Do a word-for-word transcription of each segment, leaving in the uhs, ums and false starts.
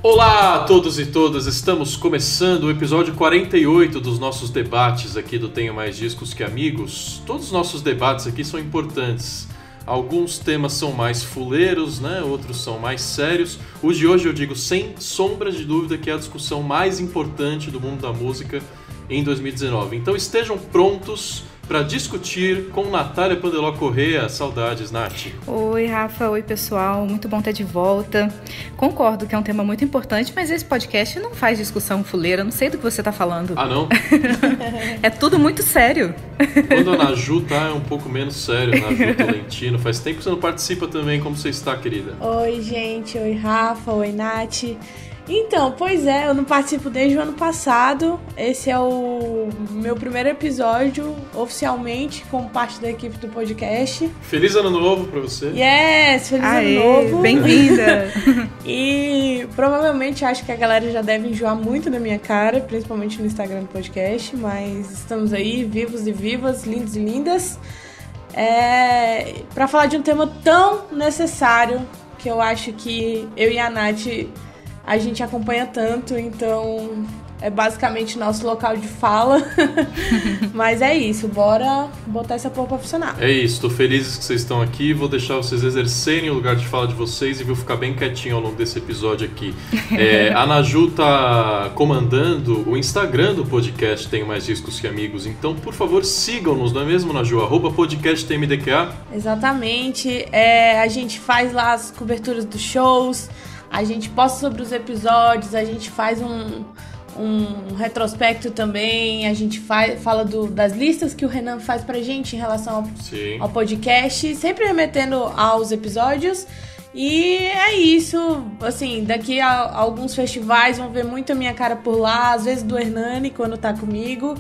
Olá a todos e todas, estamos começando o episódio quarenta e oito dos nossos debates aqui do Tenho Mais Discos Que Amigos. Todos os nossos debates aqui são importantes. Alguns temas são mais fuleiros, né? Outros são mais sérios. O de hoje eu digo sem sombra de dúvida que é a discussão mais importante do mundo da música em dois mil e dezenove. Então estejam prontos para discutir com Natália Pandeló Corrêa. Saudades, Nath. Oi, Rafa. Oi, pessoal. Muito bom estar de volta. Concordo que é um tema muito importante, mas esse podcast não faz discussão fuleira. Não sei do que você está falando. Ah, não? É tudo muito sério. Quando a Naju tá, é um pouco menos sério, Naju Tolentino. Faz tempo que você não participa também. Como você está, querida? Oi, gente. Oi, Rafa. Oi, Nath. Então, pois é, eu não participo desde o ano passado. Esse é o meu primeiro episódio, oficialmente, como parte da equipe do podcast. Feliz Ano Novo pra você. Yes, feliz Aê, Ano Novo. Bem-vinda. E provavelmente acho que a galera já deve enjoar muito da minha cara, principalmente no Instagram do podcast, mas estamos aí, vivos e vivas, lindos e lindas, é, pra falar de um tema tão necessário que eu acho que eu e a Nath a gente acompanha tanto, então é basicamente nosso local de fala. Mas é isso, bora botar essa porra pra funcionar. É isso, tô feliz que vocês estão aqui. Vou deixar vocês exercerem o lugar de fala de vocês e vou ficar bem quietinho ao longo desse episódio aqui. É, a Naju tá comandando o Instagram do podcast Tenho Mais Discos Que Amigos, então por favor sigam-nos, não é mesmo, Naju? Arroba podcast T M D Q A. Exatamente, é, a gente faz lá as coberturas dos shows, a gente posta sobre os episódios, a gente faz um, um retrospecto também, a gente faz, fala do, das listas que o Renan faz pra gente em relação ao, ao podcast, sempre remetendo aos episódios. E é isso, assim, daqui a, a alguns festivais vão ver muito a minha cara por lá, às vezes do Hernani quando tá comigo.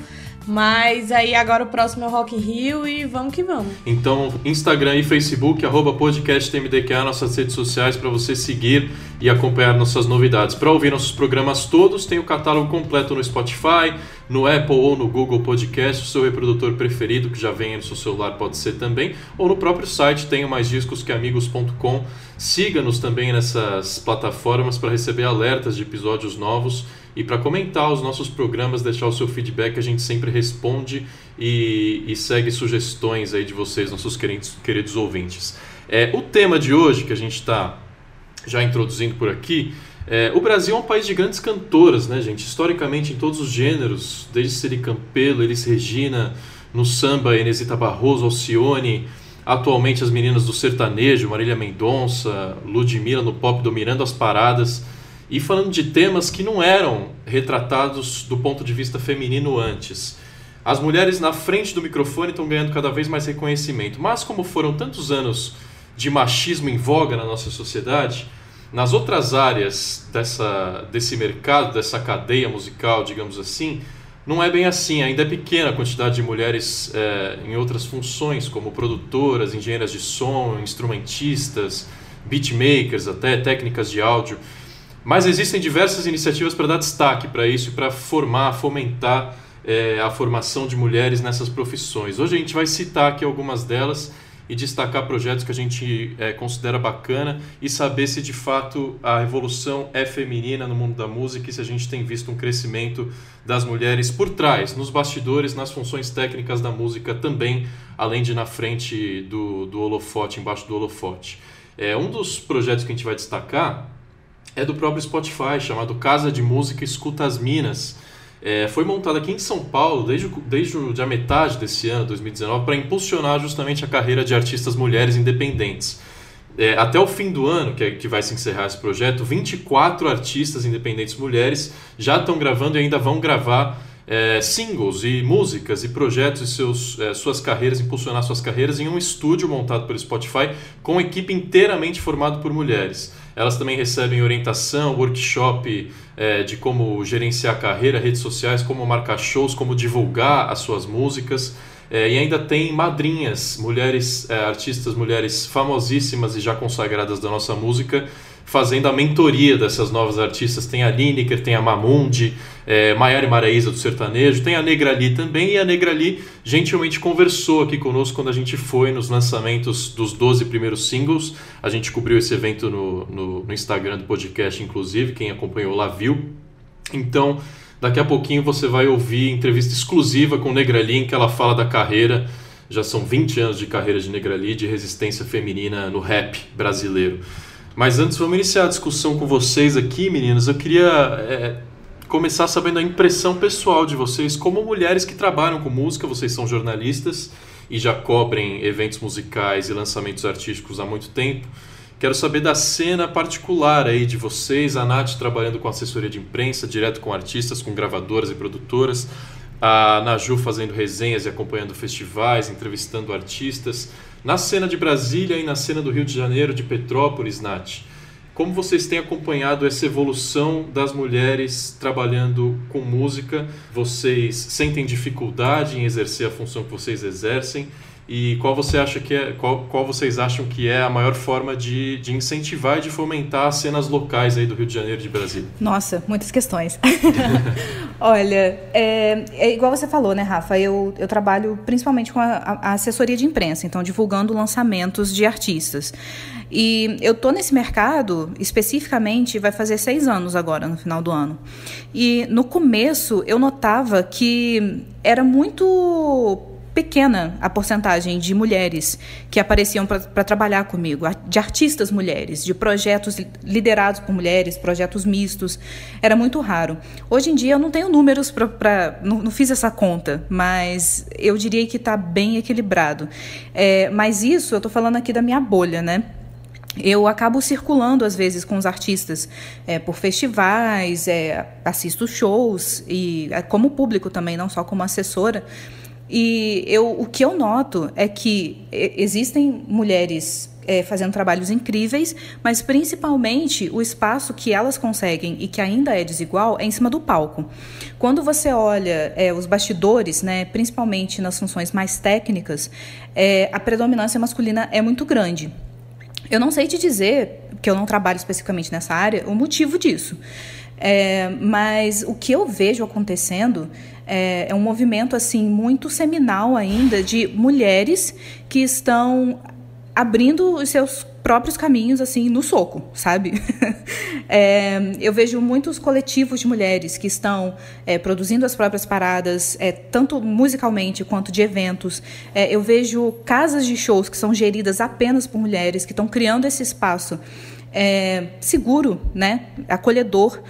Mas aí agora o próximo é o Rock in Rio e vamos que vamos. Então, Instagram e Facebook, arroba podcast T M D Q A, nossas redes sociais para você seguir e acompanhar nossas novidades. Para ouvir nossos programas todos, tem o catálogo completo no Spotify, no Apple ou no Google Podcast, o seu reprodutor preferido, que já vem no seu celular, pode ser também, ou no próprio site, tenho mais discos que amigos ponto com. Siga-nos também nessas plataformas para receber alertas de episódios novos e para comentar os nossos programas, deixar o seu feedback, a gente sempre responde e, e segue sugestões aí de vocês, nossos queridos, queridos ouvintes. É, o tema de hoje, que a gente está já introduzindo por aqui, é, o Brasil é um país de grandes cantoras, né, gente? Historicamente, em todos os gêneros, desde Ciri Campelo, Elis Regina, no samba, Enesita Barroso, Alcione, atualmente as meninas do sertanejo, Marília Mendonça, Ludmilla no pop dominando as paradas, e falando de temas que não eram retratados do ponto de vista feminino antes. As mulheres na frente do microfone estão ganhando cada vez mais reconhecimento, mas como foram tantos anos de machismo em voga na nossa sociedade, nas outras áreas dessa, desse mercado, dessa cadeia musical, digamos assim, não é bem assim. Ainda é pequena a quantidade de mulheres é, em outras funções, como produtoras, engenheiras de som, instrumentistas, beatmakers, até técnicas de áudio. Mas existem diversas iniciativas para dar destaque para isso e para formar, fomentar é, a formação de mulheres nessas profissões. Hoje a gente vai citar aqui algumas delas e destacar projetos que a gente é, considera bacana e saber se de fato a evolução é feminina no mundo da música e se a gente tem visto um crescimento das mulheres por trás, nos bastidores, nas funções técnicas da música também, além de na frente do, do holofote, embaixo do holofote. É, um dos projetos que a gente vai destacar é do próprio Spotify, chamado Casa de Música Escuta as Minas. É, foi montado aqui em São Paulo desde, desde a metade desse ano, dois mil e dezenove, para impulsionar justamente a carreira de artistas mulheres independentes. É, até o fim do ano, que, é, que vai se encerrar esse projeto, vinte e quatro artistas independentes mulheres já estão gravando e ainda vão gravar é, singles e músicas e projetos e seus, é, suas carreiras, impulsionar suas carreiras em um estúdio montado pelo Spotify com uma equipe inteiramente formada por mulheres. Elas também recebem orientação, workshop é, de como gerenciar a carreira, redes sociais, como marcar shows, como divulgar as suas músicas. É, e ainda tem madrinhas, mulheres, é, artistas, mulheres famosíssimas e já consagradas da nossa música, fazendo a mentoria dessas novas artistas. Tem a Lineker, tem a Mamundi, é, Maiara e Maraísa do sertanejo, tem a Negrali também, e a Negrali gentilmente conversou aqui conosco quando a gente foi nos lançamentos dos doze primeiros singles. A gente cobriu esse evento no, no, no Instagram do podcast, inclusive, quem acompanhou lá viu. Então, daqui a pouquinho você vai ouvir entrevista exclusiva com Negrali, em que ela fala da carreira. Já são vinte anos de carreira de Negrali, de resistência feminina no rap brasileiro. Mas antes, vamos iniciar a discussão com vocês aqui, meninas. Eu queria é, começar sabendo a impressão pessoal de vocês como mulheres que trabalham com música. Vocês são jornalistas e já cobrem eventos musicais e lançamentos artísticos há muito tempo. Quero saber da cena particular aí de vocês. A Nath trabalhando com assessoria de imprensa, direto com artistas, com gravadoras e produtoras. A Naju fazendo resenhas e acompanhando festivais, entrevistando artistas. Na cena de Brasília e na cena do Rio de Janeiro, de Petrópolis, Nath, como vocês têm acompanhado essa evolução das mulheres trabalhando com música? Vocês sentem dificuldade em exercer a função que vocês exercem? E qual, você acha que é, qual, qual vocês acham que é a maior forma de, de incentivar e de fomentar as cenas locais aí do Rio de Janeiro e de Brasília? Nossa, muitas questões. Olha, é, é igual você falou, né, Rafa? Eu, eu trabalho principalmente com a, a assessoria de imprensa, então divulgando lançamentos de artistas. E eu tô nesse mercado, especificamente, vai fazer seis anos agora, no final do ano. E no começo eu notava que era muito pequena a porcentagem de mulheres que apareciam para trabalhar comigo, de artistas mulheres, de projetos liderados por mulheres, projetos mistos, era muito raro. Hoje em dia eu não tenho números para... Não, não fiz essa conta, mas eu diria que está bem equilibrado. É, mas isso eu estou falando aqui da minha bolha, né? Eu acabo circulando, às vezes, com os artistas é, por festivais, é, assisto shows, e é, como público também, não só como assessora. E eu, o que eu noto é que existem mulheres é, fazendo trabalhos incríveis, mas principalmente o espaço que elas conseguem e que ainda é desigual é em cima do palco. Quando você olha é, os bastidores, né, principalmente nas funções mais técnicas, é, a predominância masculina é muito grande. Eu não sei te dizer, que eu não trabalho especificamente nessa área, o motivo disso. É, mas o que eu vejo acontecendo é, é um movimento assim, muito seminal ainda de mulheres que estão abrindo os seus próprios caminhos assim no soco, sabe? é, eu vejo muitos coletivos de mulheres que estão é, produzindo as próprias paradas, é, tanto musicalmente quanto de eventos. É, eu vejo casas de shows que são geridas apenas por mulheres, que estão criando esse espaço é, seguro, né? Acolhedor.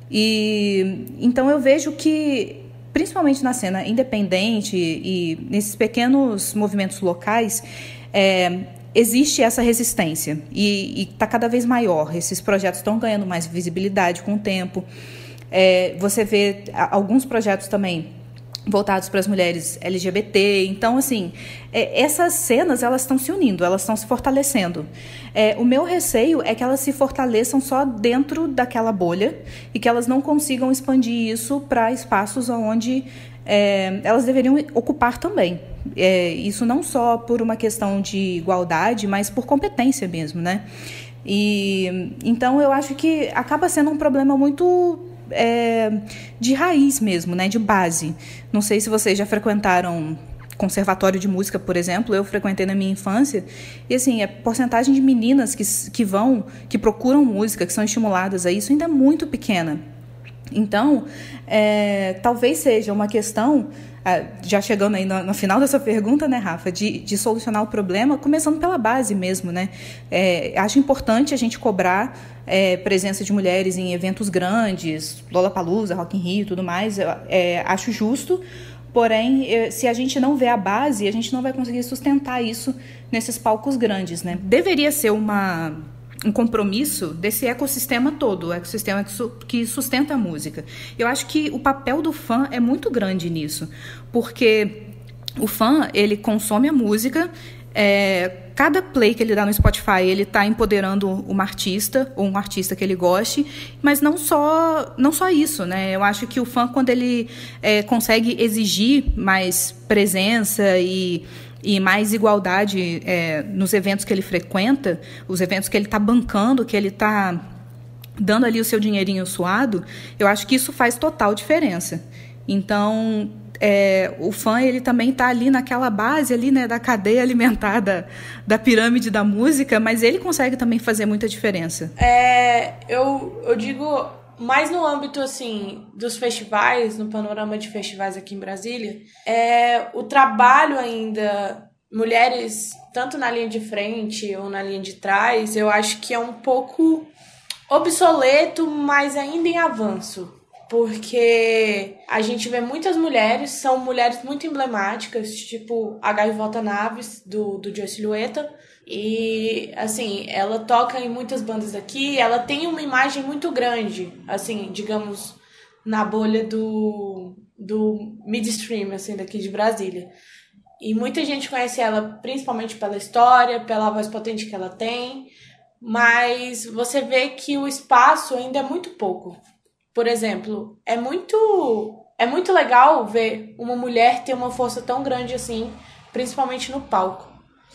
E então eu vejo que, principalmente na cena independente e nesses pequenos movimentos locais, é, existe essa resistência e está cada vez maior. Esses projetos estão ganhando mais visibilidade com o tempo. É, você vê alguns projetos também voltados para as mulheres L G B T. Então, assim, é, essas cenas, elas estão se unindo, elas estão se fortalecendo. É, o meu receio é que elas se fortaleçam só dentro daquela bolha e que elas não consigam expandir isso para espaços onde é, elas deveriam ocupar também. É, isso não só por uma questão de igualdade, mas por competência mesmo, né? E, então, eu acho que acaba sendo um problema muito... É, de raiz mesmo, né, de base. Não sei se vocês já frequentaram conservatório de música, por exemplo. Eu frequentei na minha infância e assim, a porcentagem de meninas que, que vão, que procuram música, que são estimuladas a isso, ainda é muito pequena. Então, é, talvez seja uma questão, já chegando aí no, no final dessa pergunta, né, Rafa, de, de solucionar o problema, começando pela base mesmo, né? É, acho importante a gente cobrar é, presença de mulheres em eventos grandes, Lollapalooza, Rock in Rio e tudo mais, é, acho justo, porém, se a gente não vê a base, a gente não vai conseguir sustentar isso nesses palcos grandes, né? Deveria ser uma... um compromisso desse ecossistema todo, o ecossistema que sustenta a música. Eu acho que o papel do fã é muito grande nisso, porque o fã, ele consome a música, é, cada play que ele dá no Spotify, ele está empoderando uma artista, ou um artista que ele goste, mas não só, não só isso, né? Eu acho que o fã, quando ele é, consegue exigir mais presença e e mais igualdade é, nos eventos que ele frequenta, os eventos que ele está bancando, que ele está dando ali o seu dinheirinho suado, eu acho que isso faz total diferença. Então, é, o fã, ele também está ali naquela base ali, né, da cadeia alimentar da, da pirâmide da música, mas ele consegue também fazer muita diferença. É, eu, eu digo mais no âmbito, assim, dos festivais, no panorama de festivais aqui em Brasília, é, o trabalho ainda, mulheres, tanto na linha de frente ou na linha de trás, eu acho que é um pouco obsoleto, mas ainda em avanço. Porque a gente vê muitas mulheres, são mulheres muito emblemáticas, tipo a Gaivota Naves, do, do Joe Silhueta. E, assim, ela toca em muitas bandas daqui, ela tem uma imagem muito grande, assim, digamos, na bolha do, do midstream, assim, daqui de Brasília. E muita gente conhece ela principalmente pela história, pela voz potente que ela tem, mas você vê que o espaço ainda é muito pouco. Por exemplo, é muito, é muito legal ver uma mulher ter uma força tão grande assim, principalmente no palco.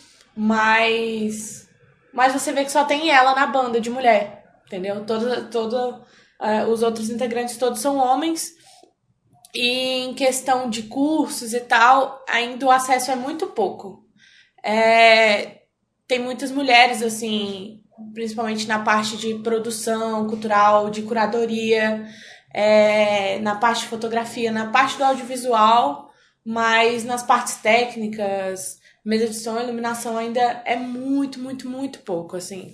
Mas, mas você vê que só tem ela na banda de mulher, entendeu? Toda, toda, uh, os outros integrantes todos são homens. E em questão de cursos e tal, ainda o acesso é muito pouco. É, tem muitas mulheres, assim, principalmente na parte de produção cultural, de curadoria, é, na parte de fotografia, na parte do audiovisual, mas nas partes técnicas, mesa de som, iluminação, ainda é muito, muito, muito pouco, assim.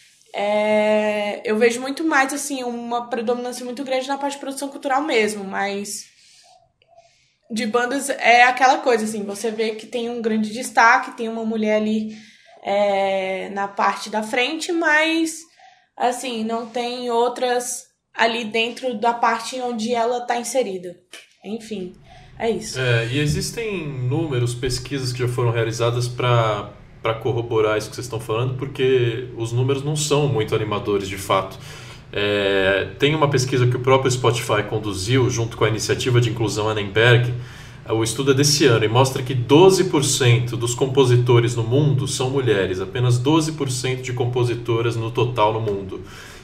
É, eu vejo muito mais, assim, uma predominância muito grande na parte de produção cultural mesmo, mas de bandas é aquela coisa, assim, você vê que tem um grande destaque, tem uma mulher ali é, na parte da frente, mas, assim, não tem outras ali dentro da parte onde ela está inserida. Enfim, é isso. É, e existem números, pesquisas que já foram realizadas para para corroborar isso que vocês estão falando, porque os números não são muito animadores, de fato. É, tem uma pesquisa que o próprio Spotify conduziu junto com a iniciativa de inclusão Annenberg. O estudo é desse ano e mostra que doze por cento dos compositores no mundo são mulheres, apenas doze por cento de compositoras no total no mundo.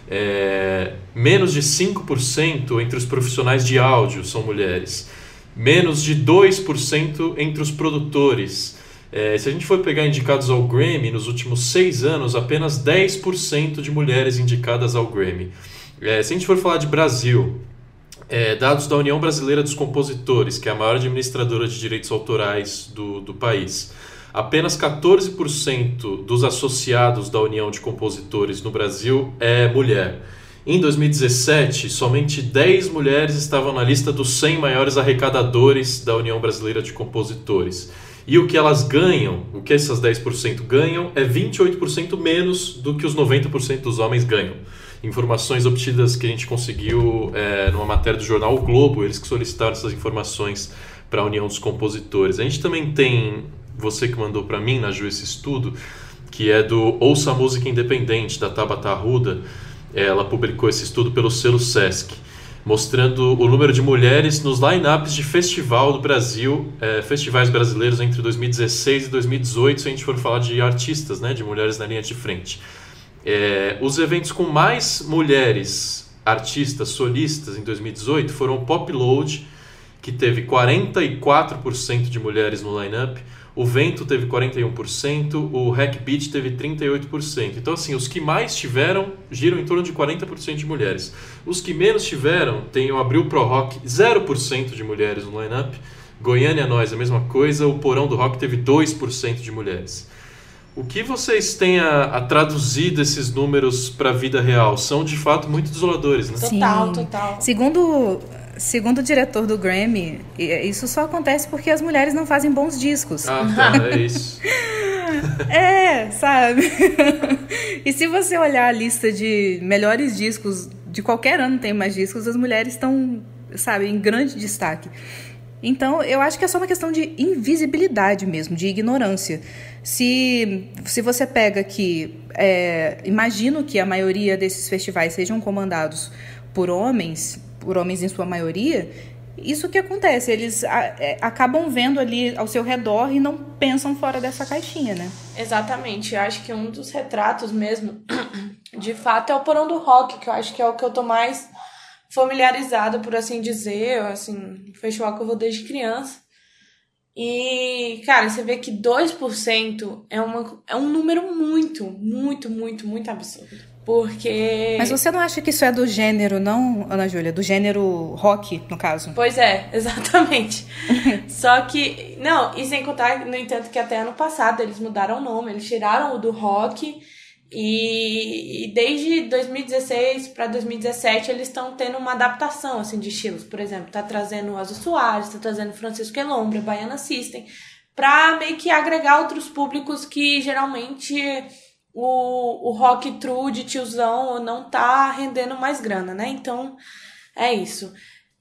É, menos de cinco por cento entre os profissionais de áudio são mulheres, menos de dois por cento entre os produtores. É, se a gente for pegar indicados ao Grammy, nos últimos seis anos, apenas dez por cento de mulheres indicadas ao Grammy. É, se a gente for falar de Brasil, é, dados da União Brasileira dos Compositores, que é a maior administradora de direitos autorais do, do país, apenas quatorze por cento dos associados da União de Compositores no Brasil é mulher. Em dois mil e dezessete, somente dez mulheres estavam na lista dos cem maiores arrecadadores da União Brasileira de Compositores. E o que elas ganham, o que essas dez por cento ganham, é vinte e oito por cento menos do que os noventa por cento dos homens ganham. Informações obtidas que a gente conseguiu é, numa matéria do jornal O Globo, eles que solicitaram essas informações para a União dos Compositores. A gente também tem, você que mandou para mim, Naju, esse estudo, que é do Ouça a Música Independente, da Tabata Arruda. Ela publicou esse estudo pelo selo Sesc, mostrando o número de mulheres nos line-ups de festival do Brasil, é, festivais brasileiros entre dois mil e dezesseis e dois mil e dezoito, se a gente for falar de artistas, né, de mulheres na linha de frente. É, os eventos com mais mulheres artistas solistas em dois mil e dezoito foram o Pop Load, que teve quarenta e quatro por cento de mulheres no line-up, o Vento teve quarenta e um por cento, o Hack Beat teve trinta e oito por cento. Então, assim, os que mais tiveram giram em torno de quarenta por cento de mulheres. Os que menos tiveram, tem o Abril Pro Rock, zero por cento de mulheres no line-up. Goiânia Nós, a mesma coisa. O Porão do Rock teve dois por cento de mulheres. O que vocês têm a, a traduzir desses números para a vida real? São, de fato, muito desoladores, né? Total, Sim. total. Segundo... Segundo o diretor do Grammy, isso só acontece porque as mulheres não fazem bons discos. Ah, tá, é isso. É, sabe? E se você olhar a lista de melhores discos, de qualquer ano tem mais discos, as mulheres estão, sabe, em grande destaque. Então, eu acho que é só uma questão de invisibilidade mesmo, de ignorância. Se, se você pega que, é, imagino que a maioria desses festivais sejam comandados por homens... por homens em sua maioria, isso que acontece, eles a, é, acabam vendo ali ao seu redor e não pensam fora dessa caixinha, né? Exatamente, eu acho que um dos retratos mesmo, de fato, é o Porão do Rock, que eu acho que é o que eu tô mais familiarizada, por assim dizer, assim, festival que eu vou desde criança. E, cara, você vê que dois por cento é, uma, é um número muito, muito, muito, muito absurdo. Porque... Mas você não acha que isso é do gênero, não, Ana Júlia? Do gênero rock, no caso? Pois é, exatamente. Só que, não, e sem contar, no entanto, que até ano passado eles mudaram o nome, eles tiraram o do rock e, e desde dois mil e dezesseis para dois mil e dezessete eles estão tendo uma adaptação, assim, de estilos. Por exemplo, tá trazendo o Azul Soares, tá trazendo Francisco Elombre, Baiana System, pra meio que agregar outros públicos que geralmente... O, o rock true de tiozão não tá rendendo mais grana, né? Então, é isso.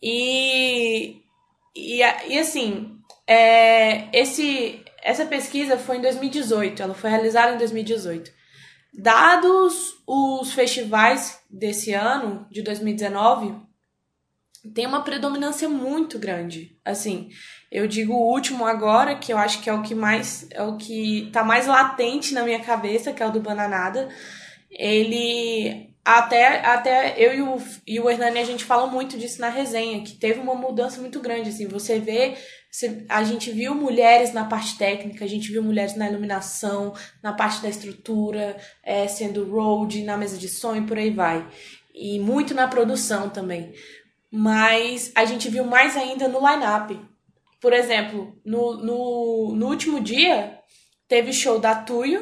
E, e, e assim, é, esse, essa pesquisa foi em dois mil e dezoito, ela foi realizada em dois mil e dezoito. Dados os festivais desse ano, de dois mil e dezenove, tem uma predominância muito grande. Assim, eu digo o último agora, que eu acho que é o que mais é o que tá mais latente na minha cabeça, que é o do Bananada. Ele até até eu e o, e o Hernani, a gente fala muito disso na resenha, que teve uma mudança muito grande, assim. Você vê, você, a gente viu mulheres na parte técnica, a gente viu mulheres na iluminação, na parte da estrutura, é, sendo road, na mesa de som e por aí vai. E muito na produção também. Mas a gente viu mais ainda no line-up. Por exemplo, no, no, no último dia, teve show da Tuyo,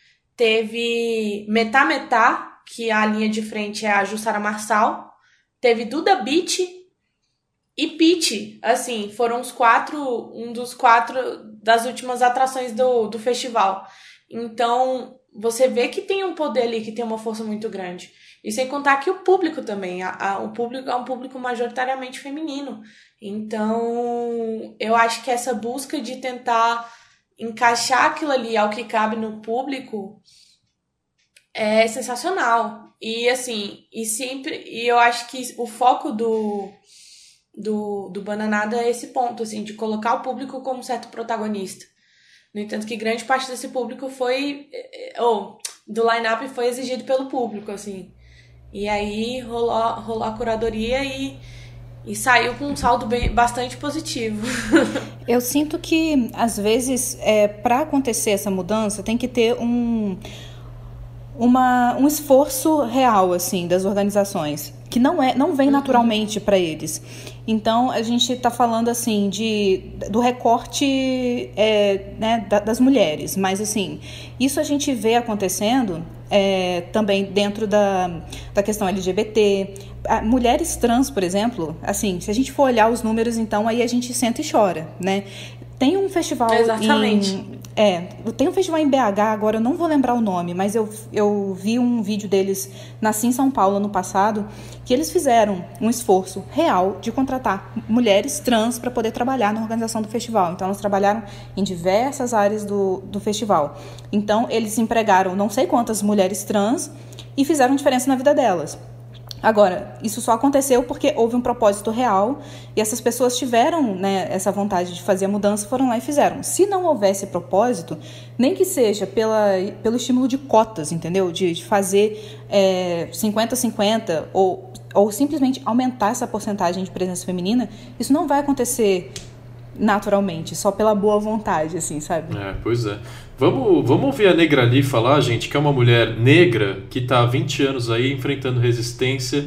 teve Metá Metá, que a linha de frente é a Jussara Marçal, teve Duda Beat e Pitty. Assim, foram os quatro, um dos quatro das últimas atrações do, do festival. Então, você vê que tem um poder ali, que tem uma força muito grande. E sem contar que o público também, a, a, o público é um público majoritariamente feminino. Então, eu acho que essa busca de tentar encaixar aquilo ali ao que cabe no público é sensacional. E assim, e sempre, e eu acho que o foco do, do, do Bananada é esse ponto, assim, de colocar o público como certo protagonista. No entanto, que grande parte desse público foi, ou do line-up foi exigido pelo público, assim. E aí rolou, rolou a curadoria e, e saiu com um saldo bem, bastante positivo. Eu sinto que, às vezes, é, para acontecer essa mudança, tem que ter um, uma, um esforço real, assim, das organizações, que não, é, não vem naturalmente para eles. Então, a gente está falando, assim, de, do recorte é, né, das mulheres, mas, assim, isso a gente vê acontecendo é, também dentro da, da questão L G B T. Mulheres trans, por exemplo, assim, se a gente for olhar os números, então, aí a gente senta e chora, né? Tem um festival Exatamente. em... É, tem um festival em B H, agora eu não vou lembrar o nome, mas eu, eu vi um vídeo deles na Sim São Paulo ano passado, que eles fizeram um esforço real de contratar mulheres trans para poder trabalhar na organização do festival. Então, elas trabalharam em diversas áreas do, do festival. Então, eles empregaram não sei quantas mulheres trans e fizeram diferença na vida delas. Agora, isso só aconteceu porque houve um propósito real e essas pessoas tiveram, né, essa vontade de fazer a mudança, foram lá e fizeram. Se não houvesse propósito, nem que seja pela, pelo estímulo de cotas, entendeu? De, de fazer é, cinquenta a cinquenta ou, ou simplesmente aumentar essa porcentagem de presença feminina, isso não vai acontecer naturalmente, só pela boa vontade, assim, sabe? É, pois é. Vamos, vamos ouvir a Negra Lee falar, gente, que é uma mulher negra que está há vinte anos aí enfrentando resistência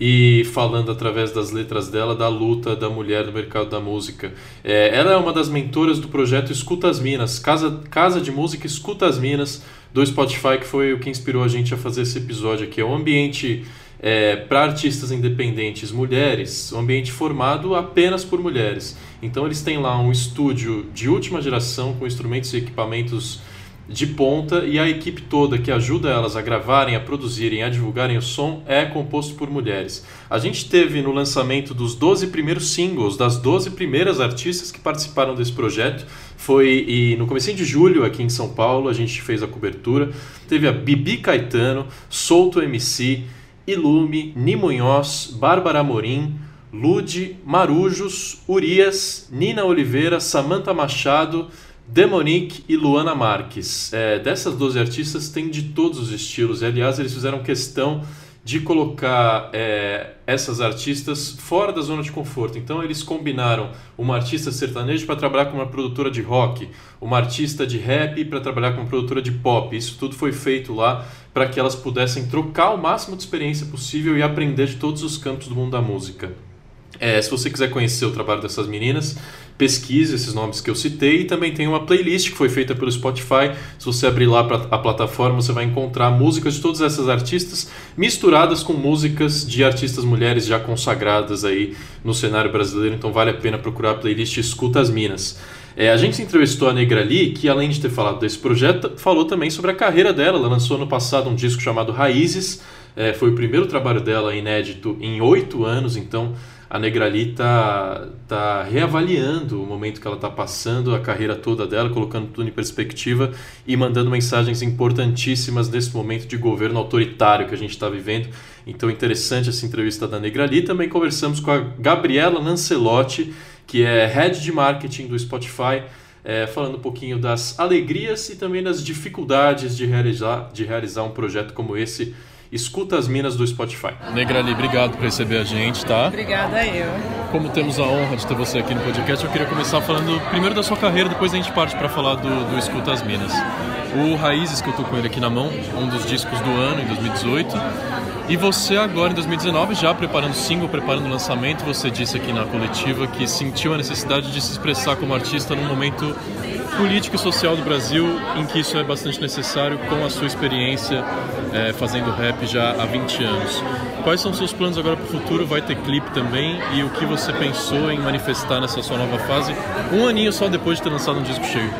e falando através das letras dela da luta da mulher no mercado da música. É, ela é uma das mentoras do projeto Escuta as Minas, Casa, Casa de Música Escuta as Minas, do Spotify, que foi o que inspirou a gente a fazer esse episódio aqui. É um ambiente é, para artistas independentes mulheres, um ambiente formado apenas por mulheres. Então eles têm lá um estúdio de última geração com instrumentos e equipamentos de ponta, e a equipe toda que ajuda elas a gravarem, a produzirem, a divulgarem o som é composto por mulheres. A gente teve no lançamento dos doze primeiros singles, das doze primeiras artistas que participaram desse projeto, foi e no comecinho de julho aqui em São Paulo, a gente fez a cobertura, teve a Bibi Caetano, Solto M C, Ilume, Ni Munhoz, Bárbara Amorim, Lud, Marujos, Urias, Nina Oliveira, Samantha Machado, Demonique e Luana Marques. É, dessas doze artistas tem de todos os estilos. E, aliás, eles fizeram questão de colocar é, essas artistas fora da zona de conforto. Então eles combinaram uma artista sertaneja para trabalhar com uma produtora de rock, uma artista de rap para trabalhar com uma produtora de pop. Isso tudo foi feito lá para que elas pudessem trocar o máximo de experiência possível e aprender de todos os campos do mundo da música. É, se você quiser conhecer o trabalho dessas meninas, pesquise esses nomes que eu citei, e também tem uma playlist que foi feita pelo Spotify. Se você abrir lá a plataforma, você vai encontrar músicas de todas essas artistas misturadas com músicas de artistas mulheres já consagradas aí no cenário brasileiro, então vale a pena procurar a playlist Escuta as Minas. É, a gente entrevistou a Negrali, que além de ter falado desse projeto, falou também sobre a carreira dela. Ela lançou ano passado um disco chamado Raízes, é, foi o primeiro trabalho dela inédito em oito anos, então a Negrali está tá reavaliando o momento que ela está passando, a carreira toda dela, colocando tudo em perspectiva e mandando mensagens importantíssimas nesse momento de governo autoritário que a gente está vivendo. Então, interessante essa entrevista da Negrali. Também conversamos com a Gabriela Lancelotti, que é Head de Marketing do Spotify, é, falando um pouquinho das alegrias e também das dificuldades de realizar, de realizar um projeto como esse. Escuta as Minas do Spotify. Negrali, obrigado por receber a gente, tá? Obrigada eu. Como temos a honra de ter você aqui no podcast, eu queria começar falando primeiro da sua carreira, depois a gente parte para falar do, do Escuta as Minas. O Raízes, que eu tô com ele aqui na mão, um dos discos do ano, em dois mil e dezoito. E você agora, em dois mil e dezenove, já preparando single, preparando o lançamento, você disse aqui na coletiva que sentiu a necessidade de se expressar como artista num momento político e social do Brasil, em que isso é bastante necessário, com a sua experiência é, fazendo rap já há vinte anos. Quais são os seus planos agora para o futuro? Vai ter clipe também? E o que você pensou em manifestar nessa sua nova fase, um aninho só depois de ter lançado um disco cheio?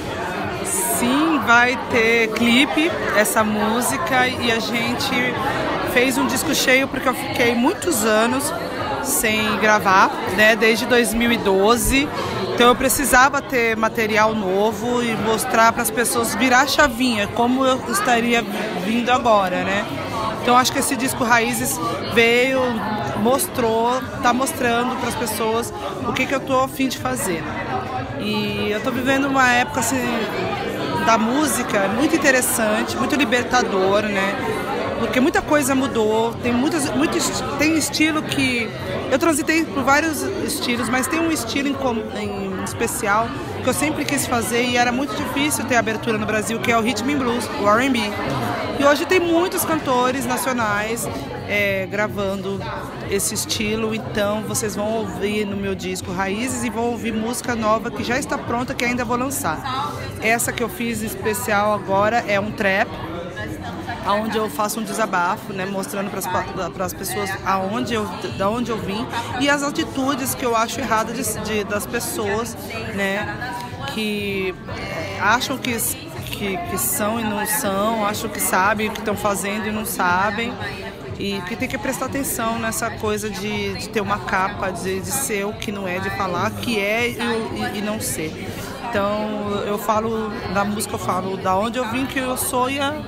Sim, vai ter clipe, essa música, e a gente fez um disco cheio porque eu fiquei muitos anos sem gravar, né, desde dois mil e doze. Então eu precisava ter material novo e mostrar para as pessoas, virar a chavinha, como eu estaria vindo agora, né? Então acho que esse disco Raízes veio, mostrou, tá mostrando para as pessoas o que, que eu tô a fim de fazer. E eu tô vivendo uma época assim, da música muito interessante, muito libertador, né? Porque muita coisa mudou, tem, muitas, muito, tem estilo que... Eu transitei por vários estilos, mas tem um estilo em, em especial que eu sempre quis fazer e era muito difícil ter abertura no Brasil, que é o Rhythm and Blues, o R and B. E hoje tem muitos cantores nacionais é, gravando esse estilo, então vocês vão ouvir no meu disco Raízes e vão ouvir música nova que já está pronta, que ainda vou lançar. Essa que eu fiz especial agora é um trap, onde eu faço um desabafo, né, mostrando para as pessoas aonde eu, da onde eu vim e as atitudes que eu acho erradas de, de, das pessoas, né, que acham que, que, que são e não são, acham que sabem o que estão fazendo e não sabem, e que tem que prestar atenção nessa coisa de, de ter uma capa, de, de ser o que não é, de falar que é e, e, e não ser. Então eu falo, na música eu falo da onde eu vim, que eu sou e a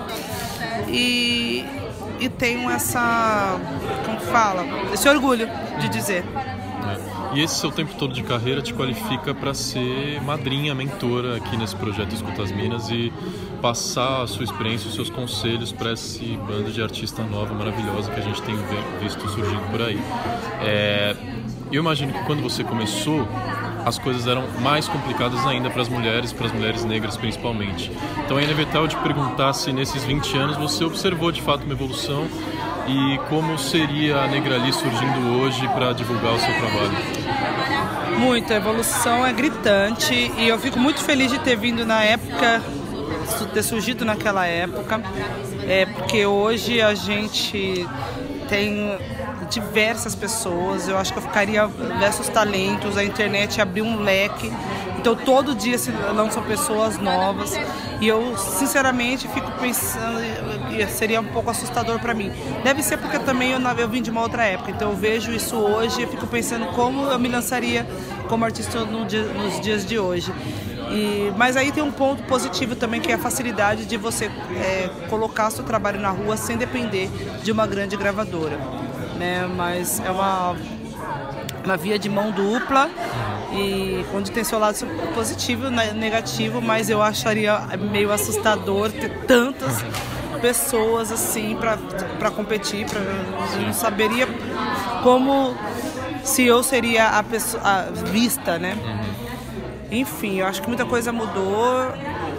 E, e tenho essa, como que fala, esse orgulho de dizer. É. E esse seu tempo todo de carreira te qualifica para ser madrinha, mentora aqui nesse projeto Escuta as Minas e passar a sua experiência, os seus conselhos para esse bando de artista nova, maravilhosa que a gente tem visto surgindo por aí. É, eu imagino que quando você começou, as coisas eram mais complicadas ainda para as mulheres, para as mulheres negras principalmente. Então é inevitável te perguntar se nesses vinte anos você observou de fato uma evolução e como seria a Negrali surgindo hoje para divulgar o seu trabalho. Muito, a evolução é gritante e eu fico muito feliz de ter vindo na época, ter surgido naquela época, é, porque hoje a gente tem diversas pessoas, eu acho que eu ficaria diversos talentos, a internet abriu um leque, então todo dia se lançam pessoas novas e eu sinceramente fico pensando, seria um pouco assustador para mim. Deve ser porque também eu, eu vim de uma outra época, então eu vejo isso hoje e fico pensando como eu me lançaria como artista no dia, nos dias de hoje. E, mas aí tem um ponto positivo também, que é a facilidade de você é, colocar seu trabalho na rua sem depender de uma grande gravadora. Né, mas é uma, uma via de mão dupla, e onde tem seu lado positivo e negativo, mas eu acharia meio assustador ter tantas pessoas assim para competir. Pra, eu não saberia como, se eu seria a pessoa a vista, né? Enfim, eu acho que muita coisa mudou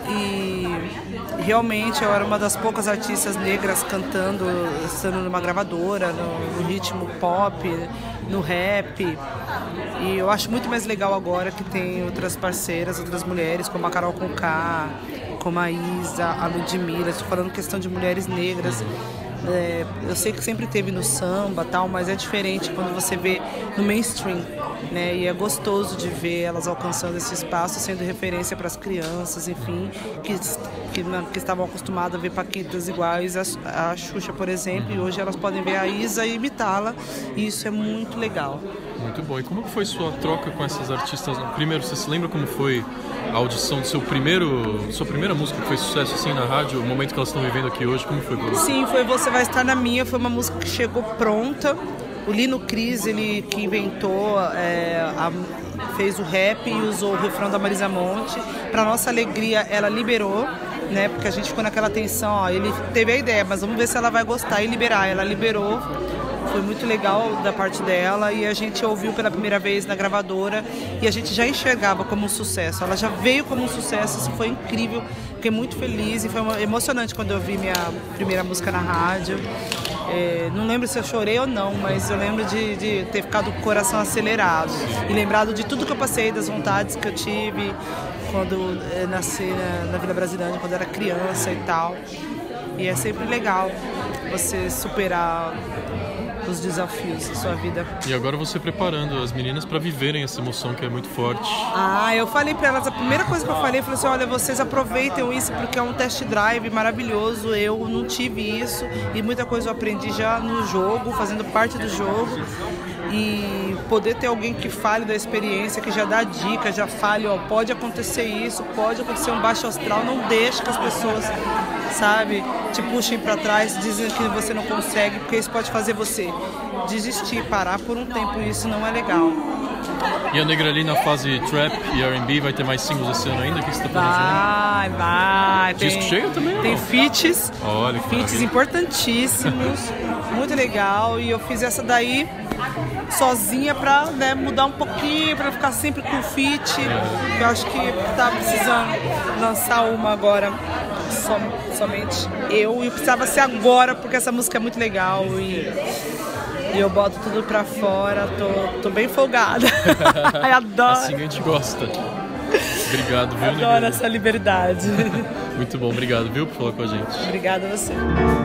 e realmente eu era uma das poucas artistas negras cantando, estando numa gravadora, no, no ritmo pop, no rap. E eu acho muito mais legal agora que tem outras parceiras, outras mulheres, como a Carol Conká, como a Isa, a Ludmilla. Estou falando questão de mulheres negras. É, eu sei que sempre teve no samba tal, mas é diferente quando você vê no mainstream, né? E é gostoso de ver elas alcançando esse espaço, sendo referência para as crianças, enfim, que, que, que estavam acostumadas a ver paquitas iguais a, a Xuxa, por exemplo, e hoje elas podem ver a Isa e imitá-la, e isso é muito legal. Muito bom. E como foi sua troca com essas artistas? Primeiro, você se lembra como foi a audição do seu primeiro, sua primeira música que foi sucesso assim na rádio, o momento que elas estão vivendo aqui hoje, como foi pra você? Sim, foi Você Vai Estar Na Minha, foi uma música que chegou pronta. O Lino Cris, ele que inventou, é, a, fez o rap e usou o refrão da Marisa Monte. Para nossa alegria, ela liberou, né? Porque a gente ficou naquela tensão, ó, ele teve a ideia, mas vamos ver se ela vai gostar e liberar. Ela liberou. Foi muito legal da parte dela e a gente ouviu pela primeira vez na gravadora e a gente já enxergava como um sucesso. Ela já veio como um sucesso, isso foi incrível. Fiquei muito feliz e foi emocionante quando eu vi minha primeira música na rádio. É, não lembro se eu chorei ou não, mas eu lembro de, de ter ficado com o coração acelerado e lembrado de tudo que eu passei, das vontades que eu tive quando é, nasci na, na Vila Brasilândia, quando eu era criança e tal. E é sempre legal você superar os desafios da sua vida. E agora você preparando as meninas para viverem essa emoção que é muito forte. Ah, eu falei para elas, a primeira coisa que eu falei, eu falei assim, olha, vocês aproveitem isso porque é um test drive maravilhoso, eu não tive isso e muita coisa eu aprendi já no jogo, fazendo parte do jogo, e poder ter alguém que fale da experiência, que já dá dica, já fale, ó, pode acontecer isso, pode acontecer um baixo astral, não deixe que as pessoas, sabe, te puxem para trás, dizem que você não consegue, porque isso pode fazer você desistir, parar por um tempo, e isso não é legal. E a Negra ali na fase trap e R and B vai ter mais singles esse ano ainda? O que você tá Vai, planejando? vai. Disco tem, cheio também? Tem não? feats, Olha, que feats importantíssimos, muito legal, e eu fiz essa daí sozinha pra, né, mudar um pouquinho, pra ficar sempre com feat. É. Eu acho que tá precisando lançar uma agora, som, somente eu, e precisava ser agora, porque essa música é muito legal e... E eu boto tudo pra fora, tô, tô bem folgada. Ai, adoro. Assim a gente gosta. Obrigado, viu, Adoro Negra? essa liberdade. Muito bom, obrigado, viu, por falar com a gente. Obrigada a você.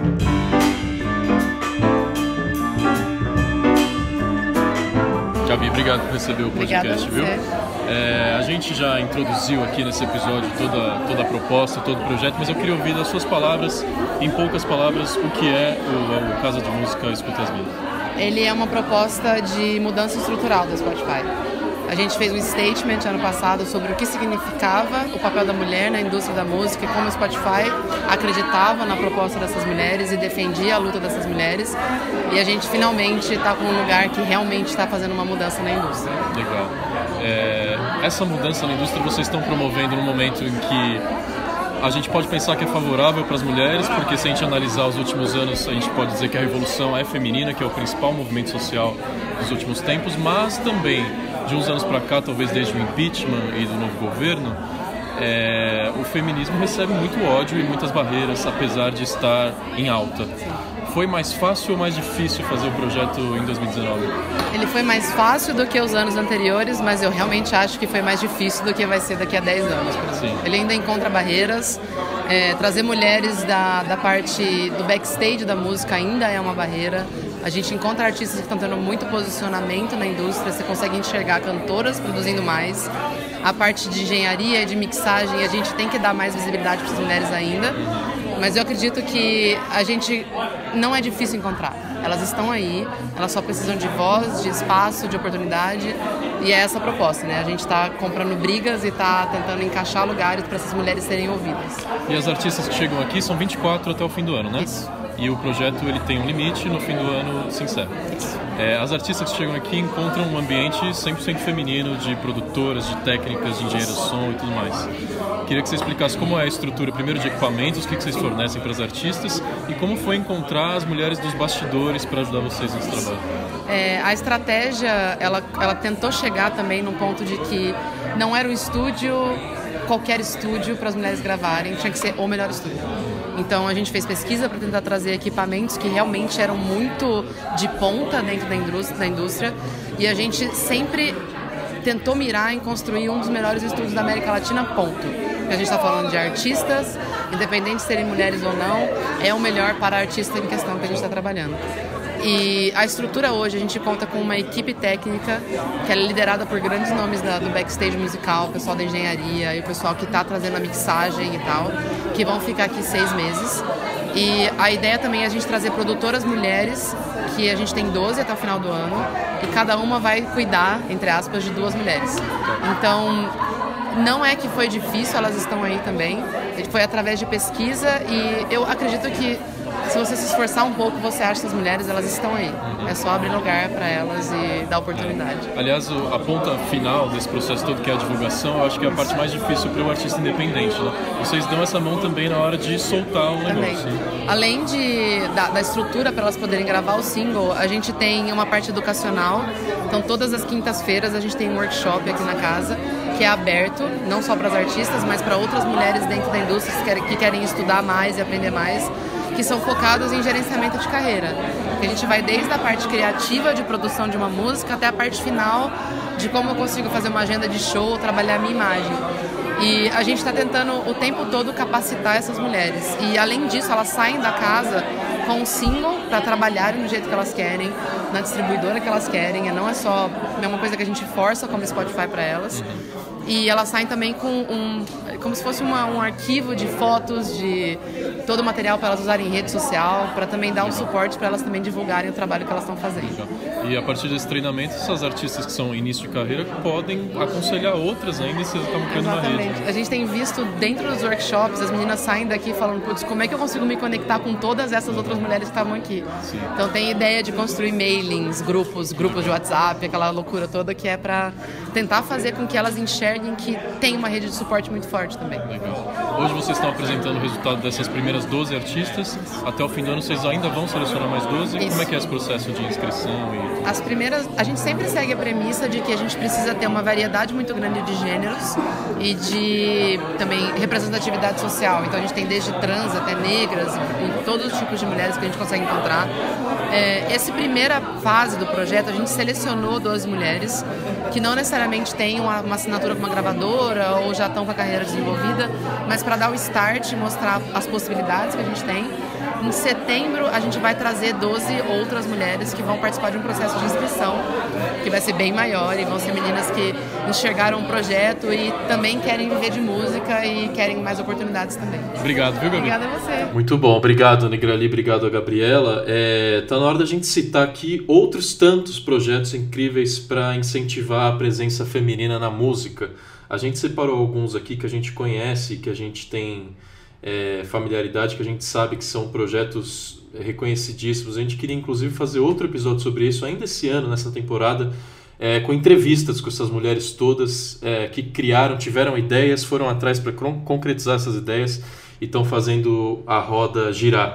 Javi, obrigado por receber o podcast, viu? É, a gente já introduziu aqui nesse episódio toda, toda a proposta, todo o projeto, mas eu queria ouvir das suas palavras, em poucas palavras, o que é o, o Casa de Música Escuta as Minas. Ele é uma proposta de mudança estrutural do Spotify. A gente fez um statement ano passado sobre o que significava o papel da mulher na indústria da música e como o Spotify acreditava na proposta dessas mulheres e defendia a luta dessas mulheres. E a gente finalmente está com um lugar que realmente está fazendo uma mudança na indústria. Legal. É, essa mudança na indústria vocês estão promovendo num momento em que a gente pode pensar que é favorável para as mulheres, porque se a gente analisar os últimos anos, a gente pode dizer que a revolução é feminina, que é o principal movimento social dos últimos tempos, mas também, de uns anos para cá, talvez desde o impeachment e do novo governo, é, o feminismo recebe muito ódio e muitas barreiras, apesar de estar em alta. Foi mais fácil ou mais difícil fazer o projeto em dois mil e dezenove? Ele foi mais fácil do que os anos anteriores, mas eu realmente acho que foi mais difícil do que vai ser daqui a dez anos. Por exemplo. Ele ainda encontra barreiras. É, trazer mulheres da, da parte do backstage da música ainda é uma barreira. A gente encontra artistas que estão tendo muito posicionamento na indústria, você consegue enxergar cantoras produzindo mais. A parte de engenharia e de mixagem, a gente tem que dar mais visibilidade para as mulheres ainda. Mas eu acredito que a gente não é difícil encontrar. Elas estão aí, elas só precisam de voz, de espaço, de oportunidade. E é essa a proposta, né? A gente está comprando brigas e está tentando encaixar lugares para essas mulheres serem ouvidas. E as artistas que chegam aqui são vinte e quatro até o fim do ano, né? Isso. E o projeto ele tem um limite, no fim do ano se encerra. Isso. É, as artistas que chegam aqui encontram um ambiente cem por cento feminino, de produtoras, de técnicas, de engenheiros de som e tudo mais. Queria que você explicasse como é a estrutura, primeiro, de equipamentos, o que vocês fornecem para as artistas e como foi encontrar as mulheres dos bastidores para ajudar vocês nesse trabalho. É, a estratégia, ela, ela tentou chegar também num ponto de que não era um estúdio, qualquer estúdio para as mulheres gravarem, tinha que ser o melhor estúdio. Então a gente fez pesquisa para tentar trazer equipamentos que realmente eram muito de ponta dentro da indústria, da indústria e a gente sempre tentou mirar em construir um dos melhores estúdios da América Latina, ponto. A gente está falando de artistas, independente de serem mulheres ou não, é o melhor para a artista em questão que a gente está trabalhando. E a estrutura hoje, a gente conta com uma equipe técnica que é liderada por grandes nomes da, do backstage musical, o pessoal da engenharia e o pessoal que está trazendo a mixagem e tal, que vão ficar aqui seis meses. E a ideia também é a gente trazer produtoras mulheres, que a gente tem doze até o final do ano, e cada uma vai cuidar, entre aspas, de duas mulheres. Então, não é que foi difícil, elas estão aí também. Foi através de pesquisa e eu acredito que se você se esforçar um pouco, você acha essas mulheres, elas estão aí. É só abrir lugar para elas e dar oportunidade. Aliás, a ponta final desse processo todo, que é a divulgação, eu acho que é a parte mais difícil para o artista independente, né? Vocês dão essa mão também na hora de soltar o negócio. Também. Além de, da, da estrutura para elas poderem gravar o single, a gente tem uma parte educacional. Então, todas as quintas-feiras a gente tem um workshop aqui na casa, que é aberto, não só para as artistas, mas para outras mulheres dentro da indústria que querem, que querem estudar mais e aprender mais, que são focados em gerenciamento de carreira. Que a gente vai desde a parte criativa de produção de uma música até a parte final de como eu consigo fazer uma agenda de show, trabalhar a minha imagem. E a gente está tentando o tempo todo capacitar essas mulheres. E além disso, elas saem da casa com um single para trabalharem do jeito que elas querem, na distribuidora que elas querem. Não é só é uma coisa que a gente força como Spotify para elas. E elas saem também com um, como se fosse uma, um arquivo de fotos, de todo o material para elas usarem em rede social, para também dar um suporte para elas também divulgarem o trabalho que elas estão fazendo. E a partir desse treinamento, essas artistas que são início de carreira podem aconselhar outras ainda e vocês estão criando uma rede. A gente tem visto dentro dos workshops, as meninas saem daqui falando, putz, como é que eu consigo me conectar com todas essas outras mulheres que estavam aqui? Sim. Então tem ideia de construir mailings, grupos, grupos de WhatsApp, aquela loucura toda que é para tentar fazer com que elas enxerguem que tem uma rede de suporte muito forte também. Legal. Hoje vocês estão apresentando o resultado dessas primeiras doze artistas. Até o fim do ano vocês ainda vão selecionar mais doze? Isso. Como é que é esse processo de inscrição? E... As primeiras, a gente sempre segue a premissa de que a gente precisa ter uma variedade muito grande de gêneros e de também representatividade social. Então a gente tem desde trans até negras e todos os tipos de mulheres que a gente consegue encontrar. É, essa primeira fase do projeto a gente selecionou doze mulheres que não necessariamente têm uma, uma assinatura com uma gravadora ou já estão com a carreira desenvolvida, mas para dar o start e mostrar as possibilidades que a gente tem. Em setembro a gente vai trazer doze outras mulheres que vão participar de um processo de inscrição que vai ser bem maior e vão ser meninas que enxergaram o projeto e também querem viver de música e querem mais oportunidades também. Obrigado, viu, Gabi? Obrigada a você. Muito bom, obrigado, Negrali, obrigado a Gabriela. É, tá na hora da gente citar aqui outros tantos projetos incríveis para incentivar a presença feminina na música. A gente separou alguns aqui que a gente conhece, que a gente tem é, familiaridade, que a gente sabe que são projetos reconhecidíssimos. A gente queria inclusive fazer outro episódio sobre isso ainda esse ano, nessa temporada, é, com entrevistas com essas mulheres todas é, que criaram, tiveram ideias, foram atrás para concretizar essas ideias e estão fazendo a roda girar.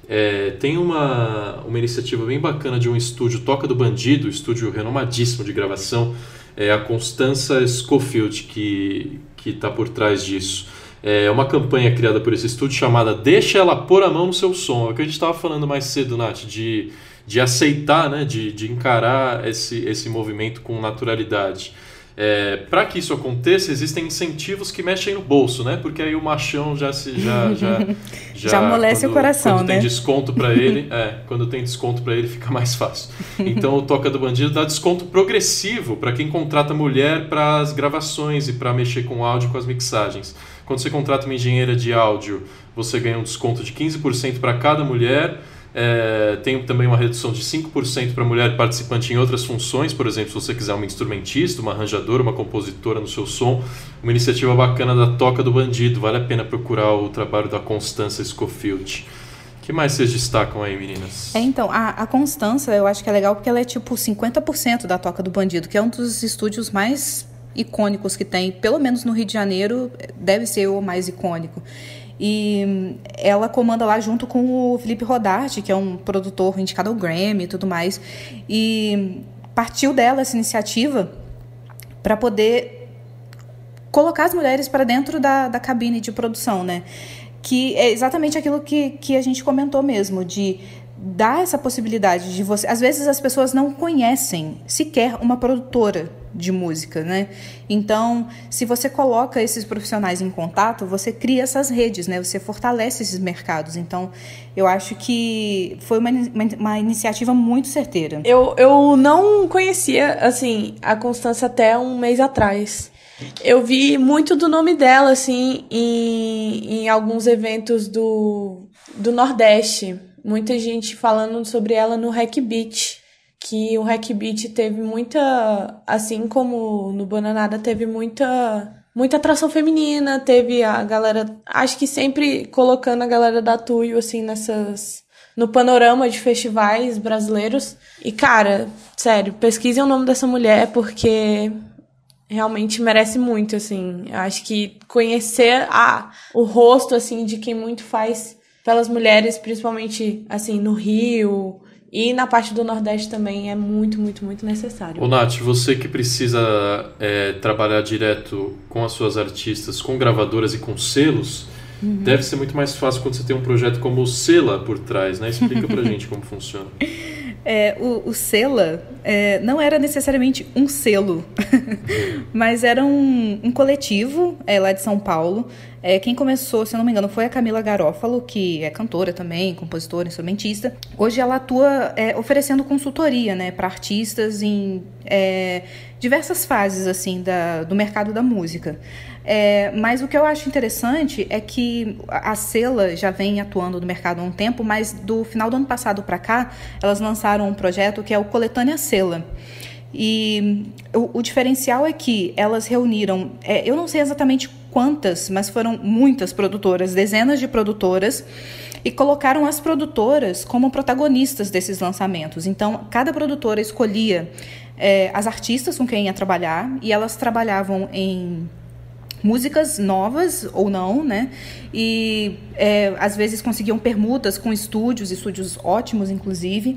É, tem uma, uma iniciativa bem bacana de um estúdio, Toca do Bandido, estúdio renomadíssimo de gravação, é a Constança Scofield que que está por trás disso. É uma campanha criada por esse estúdio chamada Deixa Ela Pôr a Mão no Seu Som. É o que a gente estava falando mais cedo, Nath, de, de aceitar, né, de, de encarar esse, esse movimento com naturalidade. É, para que isso aconteça, existem incentivos que mexem no bolso, né? Porque aí o machão já se já já já, já amolece quando, o coração, quando né? Tem desconto para ele, é, quando tem desconto para ele fica mais fácil. Então o Toca do Bandido dá desconto progressivo para quem contrata mulher para as gravações e para mexer com áudio, com as mixagens. Quando você contrata uma engenheira de áudio, você ganha um desconto de quinze por cento para cada mulher. É, tem também uma redução de cinco por cento para mulher participante em outras funções. Por exemplo, se você quiser uma instrumentista, uma arranjadora, uma compositora no seu som. Uma iniciativa bacana da Toca do Bandido. Vale a pena procurar o trabalho da Constança Scofield. O que mais vocês destacam aí, meninas? É, então, a, a Constança, eu acho que é legal porque ela é tipo cinquenta por cento da Toca do Bandido, que é um dos estúdios mais icônicos que tem, pelo menos no Rio de Janeiro, deve ser o mais icônico. E ela comanda lá junto com o Felipe Rodarte, que é um produtor indicado ao Grammy e tudo mais. E partiu dela essa iniciativa para poder colocar as mulheres para dentro da, da cabine de produção, né? Que é exatamente aquilo que, que a gente comentou mesmo, de dar essa possibilidade de você... Às vezes as pessoas não conhecem sequer uma produtora de música, né? Então, se você coloca esses profissionais em contato, você cria essas redes, né? Você fortalece esses mercados. Então, eu acho que foi uma, uma, uma iniciativa muito certeira. Eu, eu não conhecia, assim, a Constança até um mês atrás. Eu vi muito do nome dela, assim, em, em alguns eventos do, do Nordeste. Muita gente falando sobre ela no Hack Beat, que o Hack Beat teve muita, assim como no Bananada, teve muita, muita atração feminina, teve a galera, acho que sempre colocando a galera da Tuyo, assim, nessas, no panorama de festivais brasileiros. E, cara, sério, pesquisem o nome dessa mulher, porque... realmente merece muito, assim. Eu acho que conhecer a, o rosto, assim, de quem muito faz pelas mulheres, principalmente, assim, no Rio e na parte do Nordeste também, é muito, muito, muito necessário. Ô, Nath, você que precisa é, trabalhar direto com as suas artistas, com gravadoras e com selos, uhum. deve ser muito mais fácil quando você tem um projeto como o Sela por trás, né? Explica pra gente como funciona. É, o, o Sela é, não era necessariamente um selo, mas era um, um coletivo é, lá de São Paulo. É, quem começou, se eu não me engano, foi a Camila Garófalo, que é cantora também, compositora, instrumentista. Hoje ela atua é, oferecendo consultoria, né, para artistas em é, diversas fases assim, da, do mercado da música. É, mas o que eu acho interessante é que a Sela já vem atuando no mercado há um tempo, mas do final do ano passado para cá, elas lançaram um projeto que é o Coletânea Sela. E o, o diferencial é que elas reuniram, é, eu não sei exatamente quantas, mas foram muitas produtoras, dezenas de produtoras, e colocaram as produtoras como protagonistas desses lançamentos. Então, cada produtora escolhia é, as artistas com quem ia trabalhar, e elas trabalhavam em músicas novas ou não, né? E é, às vezes conseguiam permutas com estúdios, estúdios ótimos, inclusive.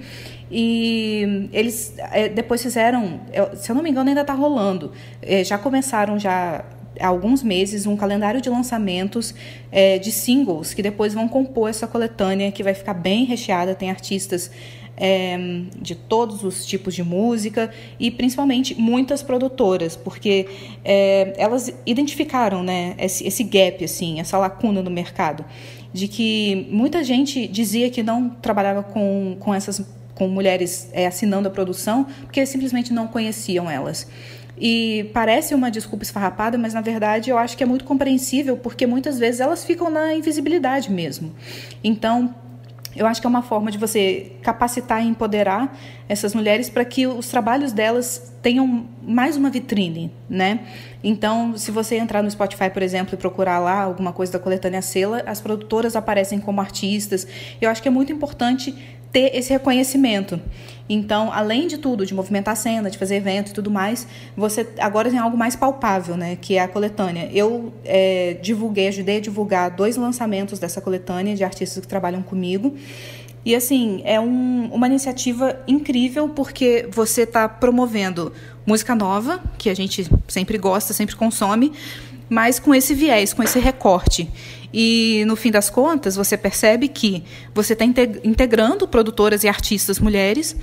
E eles é, depois fizeram, se eu não me engano, ainda está rolando. É, já começaram já há alguns meses um calendário de lançamentos é, de singles que depois vão compor essa coletânea que vai ficar bem recheada. Tem artistas É, de todos os tipos de música e principalmente muitas produtoras, porque é, elas identificaram, né, esse, esse gap, assim, essa lacuna no mercado, de que muita gente dizia que não trabalhava com, com essas com mulheres é, assinando a produção porque simplesmente não conheciam elas. E parece uma desculpa esfarrapada, mas na verdade eu acho que é muito compreensível, porque muitas vezes elas ficam na invisibilidade mesmo. Então, eu acho que é uma forma de você capacitar e empoderar essas mulheres para que os trabalhos delas tenham mais uma vitrine, né? Então, se você entrar no Spotify, por exemplo, e procurar lá alguma coisa da Coletânea Sela, as produtoras aparecem como artistas. Eu acho que é muito importante ter esse reconhecimento. Então, além de tudo, de movimentar a cena, de fazer evento e tudo mais, você agora tem algo mais palpável, né, que é a coletânea. Eu é, divulguei, ajudei a divulgar dois lançamentos dessa coletânea de artistas que trabalham comigo. E, assim, é um, uma iniciativa incrível, porque você está promovendo música nova, que a gente sempre gosta, sempre consome, mas com esse viés, com esse recorte. E, no fim das contas, você percebe que você está integrando produtoras e artistas mulheres,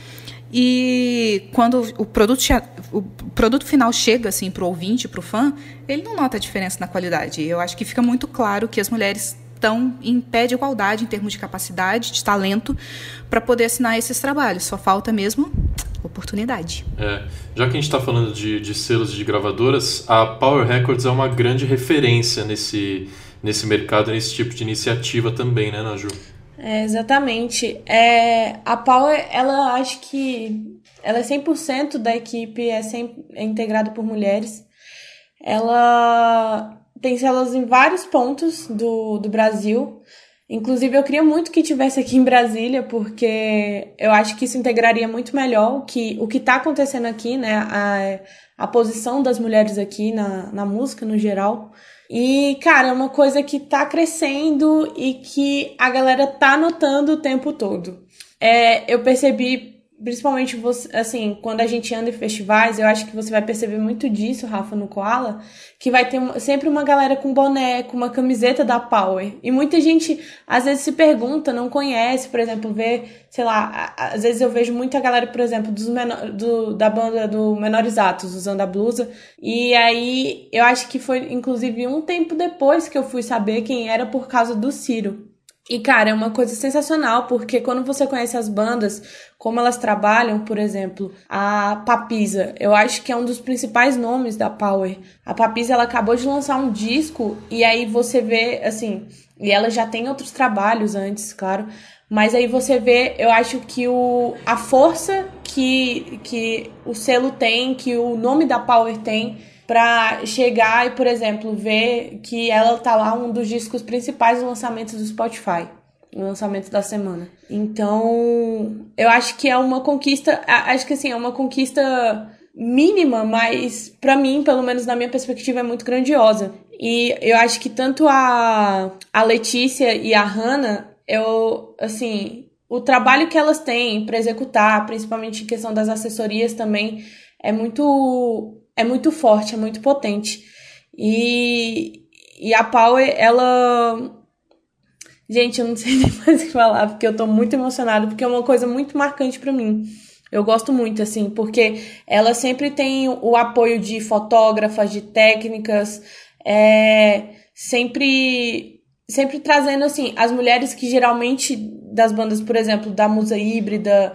e quando o produto, o produto final chega assim, para o ouvinte, para o fã, ele não nota a diferença na qualidade. Eu acho que fica muito claro que as mulheres estão em pé de igualdade em termos de capacidade, de talento, para poder assinar esses trabalhos. Só falta mesmo oportunidade. É, já que a gente está falando de, de selos de gravadoras, a Power Records é uma grande referência nesse, nesse mercado, nesse tipo de iniciativa também, né, Naju? É, exatamente. É, a Power, ela acho que ela é cem por cento da equipe, é, cem, é integrada por mulheres. Ela tem selos em vários pontos do, do Brasil. Inclusive, eu queria muito que tivesse aqui em Brasília, porque eu acho que isso integraria muito melhor o que o que está acontecendo aqui, né? A, a posição das mulheres aqui na, na música, no geral. E, cara, é uma coisa que tá crescendo e que a galera tá notando o tempo todo. É, eu percebi, principalmente, você, assim, quando a gente anda em festivais, eu acho que você vai perceber muito disso, Rafa, no Koala, que vai ter uma, sempre uma galera com boné, com uma camiseta da Power. E muita gente, às vezes, se pergunta, não conhece, por exemplo, vê, sei lá, às vezes eu vejo muita galera, por exemplo, dos menor, do, da banda do Menores Atos, usando a blusa. E aí, eu acho que foi, inclusive, um tempo depois que eu fui saber quem era por causa do Ciro. E, cara, é uma coisa sensacional, porque quando você conhece as bandas, como elas trabalham, por exemplo, a Papisa, eu acho que é um dos principais nomes da Power. A Papisa, ela acabou de lançar um disco, e aí você vê, assim, e ela já tem outros trabalhos antes, claro, mas aí você vê, eu acho que o, a força que, que o selo tem, que o nome da Power tem, pra chegar e, por exemplo, ver que ela tá lá, um dos discos principais do lançamento do Spotify, no lançamento da semana. Então, eu acho que é uma conquista, acho que assim, é uma conquista mínima, mas pra mim, pelo menos na minha perspectiva, é muito grandiosa. E eu acho que tanto a, a Letícia e a Hannah, eu, assim, o trabalho que elas têm pra executar, principalmente em questão das assessorias também, é muito... é muito forte, é muito potente. E, e a Power, ela... Gente, eu não sei nem mais o que falar, porque eu tô muito emocionada, porque é uma coisa muito marcante pra mim. Eu gosto muito, assim, porque ela sempre tem o apoio de fotógrafas, de técnicas, é, sempre, sempre trazendo, assim, as mulheres que geralmente, das bandas, por exemplo, da Musa Híbrida,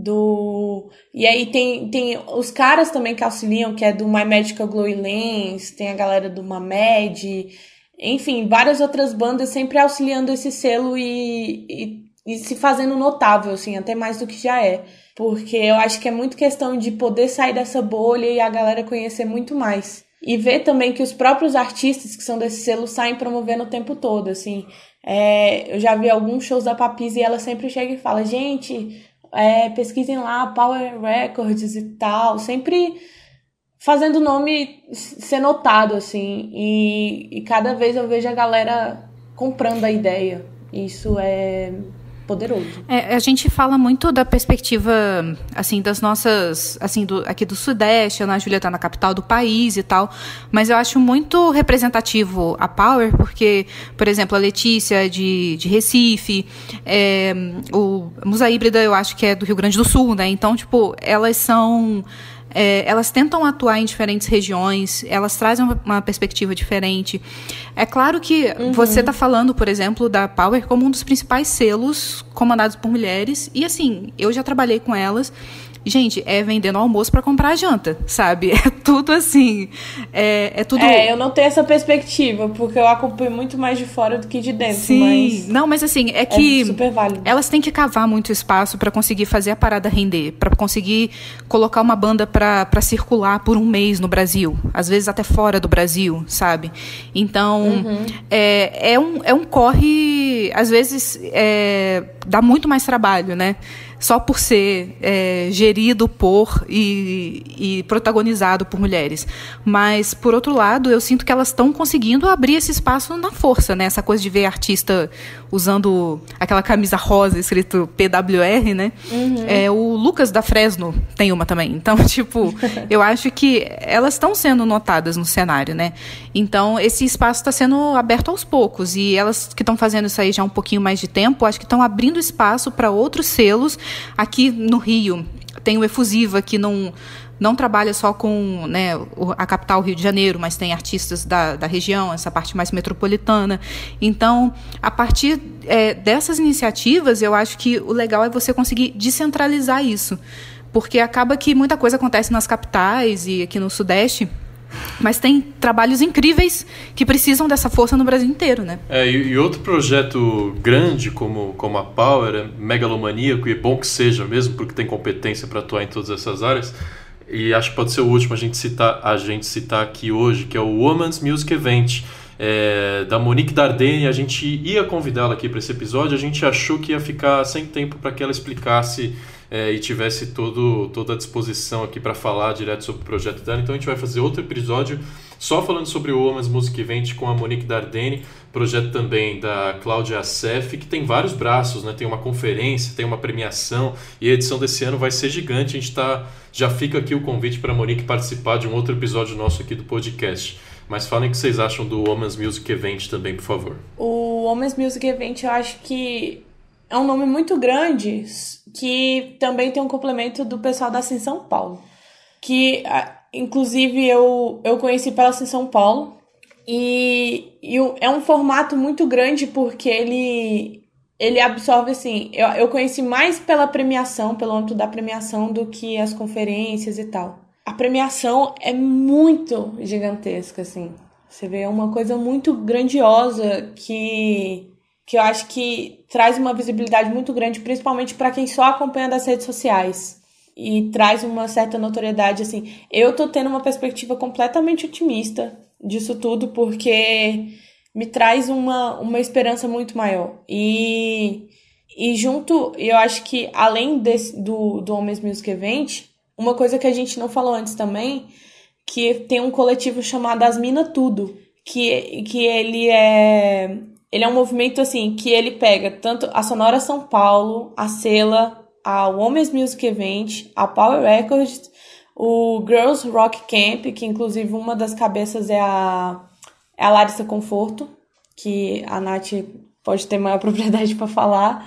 do... E aí tem, tem os caras também que auxiliam, que é do My Magical Glowy Lens, tem a galera do Mamed, enfim, várias outras bandas sempre auxiliando esse selo e, e, e se fazendo notável, assim, até mais do que já é. Porque eu acho que é muito questão de poder sair dessa bolha e a galera conhecer muito mais. E ver também que os próprios artistas que são desse selo saem promovendo o tempo todo, assim. É, eu já vi alguns shows da Papisa e ela sempre chega e fala, gente... É, pesquisem lá, Power Records e tal, sempre fazendo o nome ser notado, assim, e, e cada vez eu vejo a galera comprando a ideia. Isso é poderoso. É, a gente fala muito da perspectiva, assim, das nossas, assim, do, aqui do Sudeste, a Ana Júlia tá na capital do país e tal, mas eu acho muito representativo a Power, porque, por exemplo, a Letícia de, de Recife, é, o Musa Híbrida eu acho que é do Rio Grande do Sul, né? Então, tipo, elas são... É, elas tentam atuar em diferentes regiões, elas trazem uma, uma perspectiva diferente. É claro que uhum. você está falando, por exemplo, da Power como um dos principais selos comandados por mulheres. E, assim, eu já trabalhei com elas. Gente, é vendendo almoço para comprar a janta, sabe? É tudo assim. É, é tudo. É, eu não tenho essa perspectiva, porque eu acompanho muito mais de fora do que de dentro. Sim, mas não, mas assim, é que. É super válido. Elas têm que cavar muito espaço para conseguir fazer a parada render, para conseguir colocar uma banda para circular por um mês no Brasil, às vezes até fora do Brasil, sabe? Então, uhum. é, é, um, é um corre, às vezes, é, dá muito mais trabalho, né? Só por ser é, gerido por e, e protagonizado por mulheres. Mas, por outro lado, eu sinto que elas estão conseguindo abrir esse espaço na força, né? Essa coisa de ver artista usando aquela camisa rosa escrito P W R, né? Uhum. É, o Lucas da Fresno tem uma também. Então, tipo, eu acho que elas estão sendo notadas no cenário, né? Então, esse espaço está sendo aberto aos poucos. E elas que estão fazendo isso aí já há um pouquinho mais de tempo, acho que estão abrindo espaço para outros selos. Aqui no Rio, tem o Efusiva, que não, não trabalha só com, né, a capital Rio de Janeiro, mas tem artistas da, da região, essa parte mais metropolitana. Então, a partir é, dessas iniciativas, eu acho que o legal é você conseguir descentralizar isso. Porque acaba que muita coisa acontece nas capitais e aqui no Sudeste, mas tem trabalhos incríveis que precisam dessa força no Brasil inteiro, né? É, e, e outro projeto grande como, como a Power, é megalomaníaco, e é bom que seja mesmo, porque tem competência para atuar em todas essas áreas, e acho que pode ser o último a gente citar, a gente citar aqui hoje, que é o Women's Music Event. é, da Monique Dardenne. A gente ia convidá-la aqui para esse episódio, a gente achou que ia ficar sem tempo para que ela explicasse é, e tivesse todo, toda a disposição aqui para falar direto sobre o projeto dela. Então a gente vai fazer outro episódio só falando sobre o Women's Music Event com a Monique Dardenne, projeto também da Cláudia Assef, que tem vários braços, né? Tem uma conferência, tem uma premiação, e a edição desse ano vai ser gigante. A gente tá, já fica aqui o convite para a Monique participar de um outro episódio nosso aqui do podcast. Mas falem o que vocês acham do Women's Music Event também, por favor. O Women's Music Event, eu acho que é um nome muito grande, que também tem um complemento do pessoal da Assim São Paulo, que inclusive eu, eu conheci pela Assim São Paulo, e, e é um formato muito grande porque ele, ele absorve, assim, eu, eu conheci mais pela premiação, pelo âmbito da premiação, do que as conferências e tal. A premiação é muito gigantesca, assim, você vê, é uma coisa muito grandiosa que, que eu acho que traz uma visibilidade muito grande, principalmente para quem só acompanha das redes sociais. E traz uma certa notoriedade, assim. Eu tô tendo uma perspectiva completamente otimista disso tudo, porque me traz uma, uma esperança muito maior. E, e junto, eu acho que além desse, do, do Women's Music Event, uma coisa que a gente não falou antes também, que tem um coletivo chamado As Mina Tudo, que, que ele é... Ele é um movimento, assim, que ele pega tanto a Sonora São Paulo, a Sela, a Women's Music Event, a Power Records, o Girls Rock Camp, que inclusive uma das cabeças é a, é a Larissa Conforto, que a Nath pode ter maior propriedade para falar,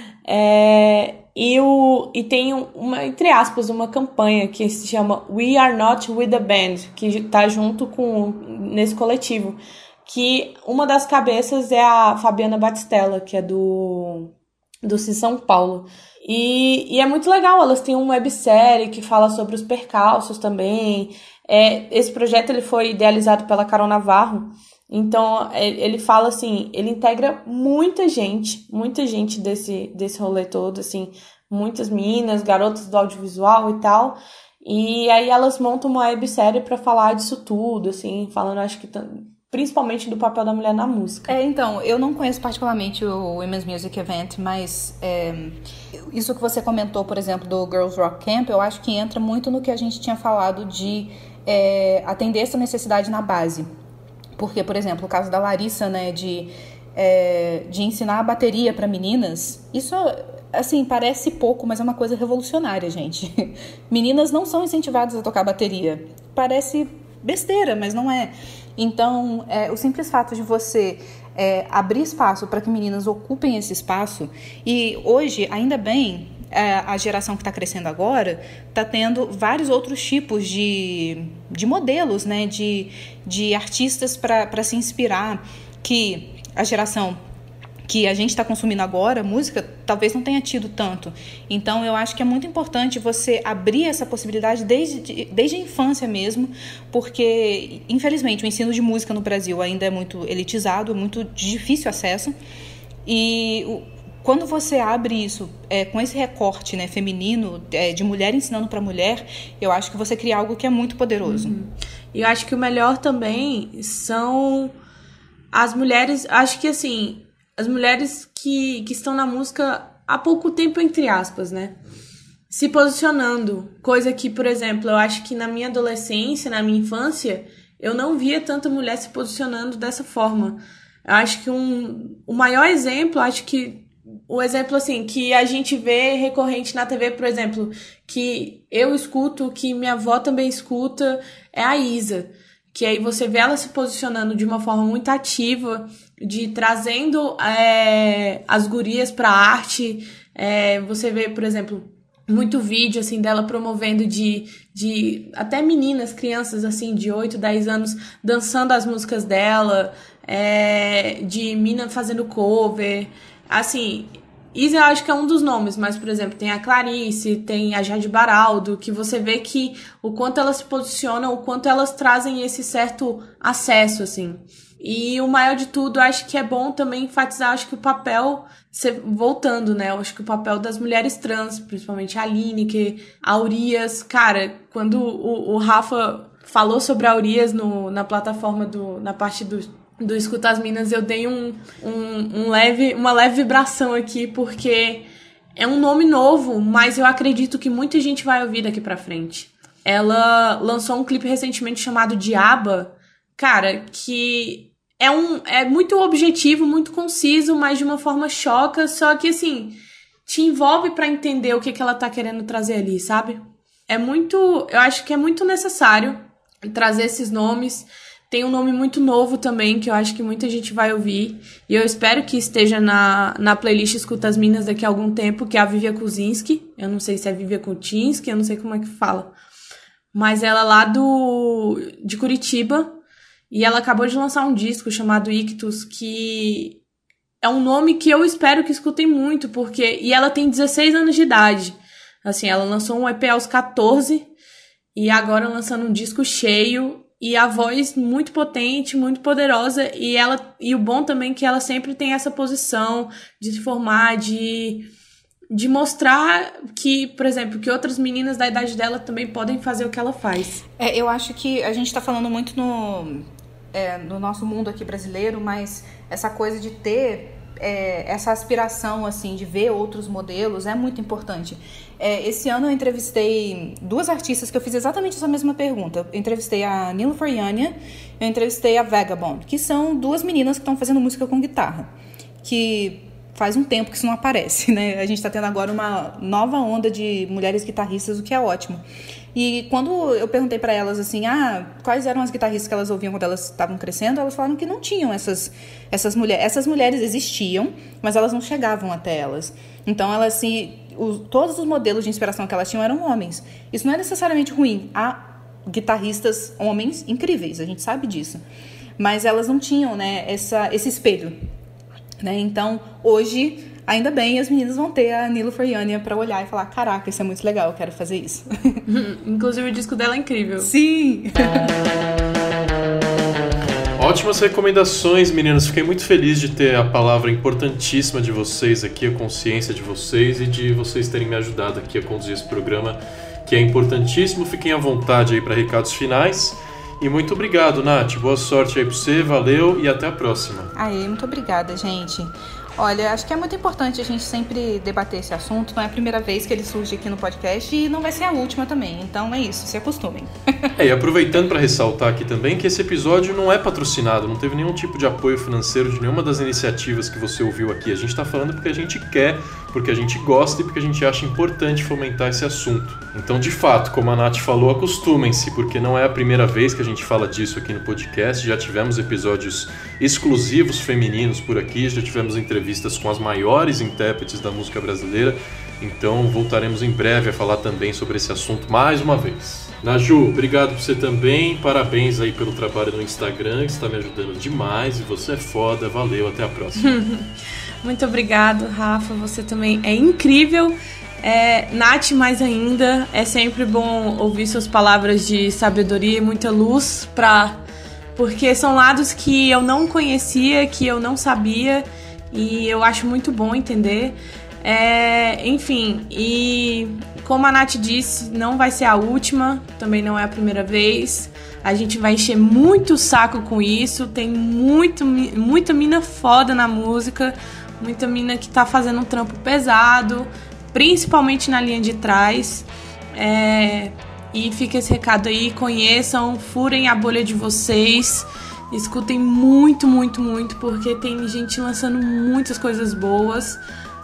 é, e, o, e tem uma, entre aspas, uma campanha que se chama We Are Not With The Band, que está junto com nesse coletivo, que uma das cabeças é a Fabiana Batistella, que é do, do C I São Paulo. E, e é muito legal, elas têm uma websérie que fala sobre os percalços também. É, esse projeto ele foi idealizado pela Carol Navarro, então ele fala assim, ele integra muita gente, muita gente desse, desse rolê todo, assim, muitas meninas, garotas do audiovisual e tal, e aí elas montam uma websérie para falar disso tudo, assim, falando, acho que... T- principalmente do papel da mulher na música. É, então, eu não conheço particularmente o Women's Music Event, mas é, isso que você comentou, por exemplo, do Girls Rock Camp, eu acho que entra muito no que a gente tinha falado de é, atender essa necessidade na base. Porque, por exemplo, o caso da Larissa, né, de, é, de ensinar a bateria para meninas, isso, assim, parece pouco, mas é uma coisa revolucionária, gente. Meninas não são incentivadas a tocar bateria. Parece besteira, mas não é. Então, é, o simples fato de você é, abrir espaço para que meninas ocupem esse espaço, e hoje, ainda bem, é, a geração que está crescendo agora está tendo vários outros tipos de, de modelos, né, de, de artistas para se inspirar, que a geração que a gente está consumindo agora, música, talvez não tenha tido tanto. Então, eu acho que é muito importante você abrir essa possibilidade desde, desde a infância mesmo, porque, infelizmente, o ensino de música no Brasil ainda é muito elitizado, é muito de difícil acesso, e o, quando você abre isso é, com esse recorte, né, feminino, é, de mulher ensinando para mulher, eu acho que você cria algo que é muito poderoso. Uhum. E eu acho que o melhor também são as mulheres, acho que assim... As mulheres que, que estão na música há pouco tempo, entre aspas, né? Se posicionando. Coisa que, por exemplo, eu acho que na minha adolescência, na minha infância, eu não via tanta mulher se posicionando dessa forma. Eu acho que um, o maior exemplo, acho que o exemplo, assim, que a gente vê recorrente na T V, por exemplo, que eu escuto, que minha avó também escuta, é a Isa. Que aí você vê ela se posicionando de uma forma muito ativa, de trazendo é, as gurias para a arte. É, você vê, por exemplo, muito vídeo assim, dela promovendo de, de até meninas, crianças assim, de oito, dez anos, dançando as músicas dela, é, de mina fazendo cover. Assim, isso eu acho que é um dos nomes, mas, por exemplo, tem a Clarice, tem a Jade Baraldo, que você vê que o quanto elas se posicionam, o quanto elas trazem esse certo acesso, assim. E o maior de tudo, eu acho que é bom também enfatizar, acho que o papel, voltando, né, eu acho que o papel das mulheres trans, principalmente a Lineker, a Urias, cara, quando o, o Rafa falou sobre a Urias no, na plataforma, do, na parte do, do Escuta as Minas, eu dei um, um, um leve, uma leve vibração aqui, porque é um nome novo, mas eu acredito que muita gente vai ouvir daqui pra frente. Ela lançou um clipe recentemente chamado Diaba, cara, que é, um, é muito objetivo, muito conciso, mas de uma forma choca, só que assim, te envolve pra entender o que, que ela tá querendo trazer ali, sabe? É muito, eu acho que é muito necessário trazer esses nomes. Tem um nome muito novo também, que eu acho que muita gente vai ouvir. E eu espero que esteja na, na playlist Escuta as Minas daqui a algum tempo, que é a Vivia Kuzinski. Eu não sei se é Vivia Kutinski, eu não sei como é que fala. Mas ela é lá do, de Curitiba. E ela acabou de lançar um disco chamado Ictus, que é um nome que eu espero que escutem muito, porque... E ela tem dezesseis anos de idade. Assim, ela lançou um E P aos catorze, e agora lançando um disco cheio... E a voz muito potente, muito poderosa. E, ela, e o bom também é que ela sempre tem essa posição de se formar, de, de mostrar que, por exemplo, que outras meninas da idade dela também podem fazer o que ela faz. É, eu acho que a gente tá falando muito no, é, no nosso mundo aqui brasileiro, mas essa coisa de ter... É, essa aspiração, assim, de ver outros modelos é muito importante. É, esse ano eu entrevistei duas artistas que eu fiz exatamente essa mesma pergunta. Eu entrevistei a Niloufer Yanya, eu entrevistei a Vagabond, que são duas meninas que estão fazendo música com guitarra, que faz um tempo que isso não aparece, né? A gente está tendo agora uma nova onda de mulheres guitarristas, o que é ótimo. E quando eu perguntei para elas assim, ah, quais eram as guitarristas que elas ouviam quando elas estavam crescendo, elas falaram que não tinham essas, essas mulheres. Essas mulheres existiam, mas elas não chegavam até elas. Então, elas se, os, todos os modelos de inspiração que elas tinham eram homens. Isso não é necessariamente ruim. Há guitarristas homens incríveis, a gente sabe disso. Mas elas não tinham, né, essa, esse espelho. Né? Então, hoje... Ainda bem, as meninas vão ter a Niloufer Yanya pra olhar e falar, caraca, isso é muito legal, eu quero fazer isso. Inclusive o disco dela é incrível. Sim! Ótimas recomendações, meninas. Fiquei muito feliz de ter a palavra importantíssima de vocês aqui, a consciência de vocês e de vocês terem me ajudado aqui a conduzir esse programa, que é importantíssimo. Fiquem à vontade aí para recados finais. E muito obrigado, Nath. Boa sorte aí pra você, valeu e até a próxima. Aí, muito obrigada, gente. Olha, acho que é muito importante a gente sempre debater esse assunto. Não é a primeira vez que ele surge aqui no podcast e não vai ser a última também. Então é isso, se acostumem. É, e aproveitando para ressaltar aqui também que esse episódio não é patrocinado, não teve nenhum tipo de apoio financeiro de nenhuma das iniciativas que você ouviu aqui. A gente está falando porque a gente quer, porque a gente gosta e porque a gente acha importante fomentar esse assunto. Então, de fato, como a Nath falou, acostumem-se, porque não é a primeira vez que a gente fala disso aqui no podcast. Já tivemos episódios exclusivos femininos por aqui, já tivemos entrevistas com as maiores intérpretes da música brasileira, então voltaremos em breve a falar também sobre esse assunto mais uma vez. Naju, obrigado por você também, parabéns aí pelo trabalho no Instagram, que está me ajudando demais, e você é foda, valeu, até a próxima. Muito obrigado, Rafa, você também é incrível. É, Nath, mais ainda, é sempre bom ouvir suas palavras de sabedoria e muita luz, pra, porque são lados que eu não conhecia, que eu não sabia, e eu acho muito bom entender. É, enfim, e como a Nath disse, não vai ser a última, também não é a primeira vez. A gente vai encher muito o saco com isso, tem muito, muita mina foda na música, muita mina que tá fazendo um trampo pesado, principalmente na linha de trás. É, e fica esse recado aí, conheçam, furem a bolha de vocês, escutem muito, muito, muito, porque tem gente lançando muitas coisas boas.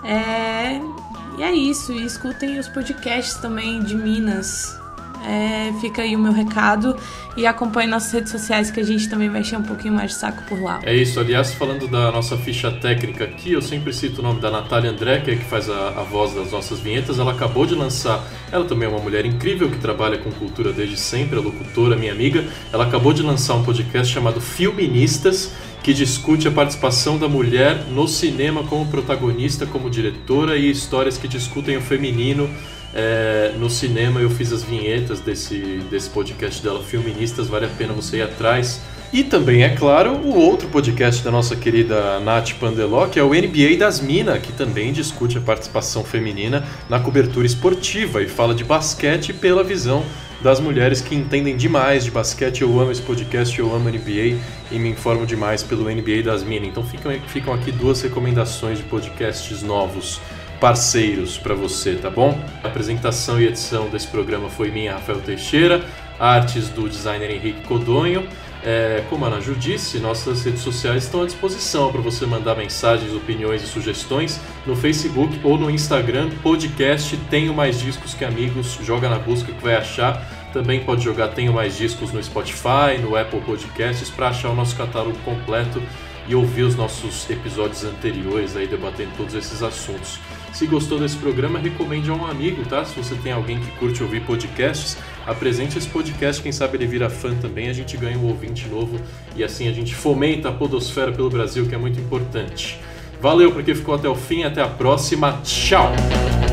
É, e é isso, e escutem os podcasts também de Minas. É, fica aí o meu recado e acompanhe nossas redes sociais, que a gente também vai encher um pouquinho mais de saco por lá. É isso, aliás, falando da nossa ficha técnica aqui, eu sempre cito o nome da Natália André, que é que faz a, a voz das nossas vinhetas. Ela acabou de lançar, ela também é uma mulher incrível que trabalha com cultura desde sempre, a locutora, minha amiga. Ela acabou de lançar um podcast chamado Filministas, que discute a participação da mulher no cinema como protagonista, como diretora, e histórias que discutem o feminino é, no cinema. Eu fiz as vinhetas desse, desse podcast dela, Filministas, vale a pena você ir atrás. E também, é claro, o outro podcast da nossa querida Nath Pandeló, que é o N B A das Minas, que também discute a participação feminina na cobertura esportiva e fala de basquete pela visão das mulheres que entendem demais de basquete. Eu amo esse podcast, eu amo N B A e me informo demais pelo N B A das Minas. Então ficam, ficam aqui duas recomendações de podcasts novos, parceiros para você, tá bom? A apresentação e edição desse programa foi minha, Rafael Teixeira, artes do designer Henrique Codonho. É, como a Ana Ju disse, nossas redes sociais estão à disposição para você mandar mensagens, opiniões e sugestões no Facebook ou no Instagram, podcast Tenho Mais Discos Que Amigos, joga na busca que vai achar. Também pode jogar Tenho Mais Discos no Spotify, no Apple Podcasts, para achar o nosso catálogo completo e ouvir os nossos episódios anteriores aí debatendo todos esses assuntos. Se gostou desse programa, recomende a um amigo, tá? Se você tem alguém que curte ouvir podcasts, apresente esse podcast, quem sabe ele vira fã também, a gente ganha um ouvinte novo e assim a gente fomenta a podosfera pelo Brasil, que é muito importante. Valeu para quem ficou até o fim, até a próxima, tchau!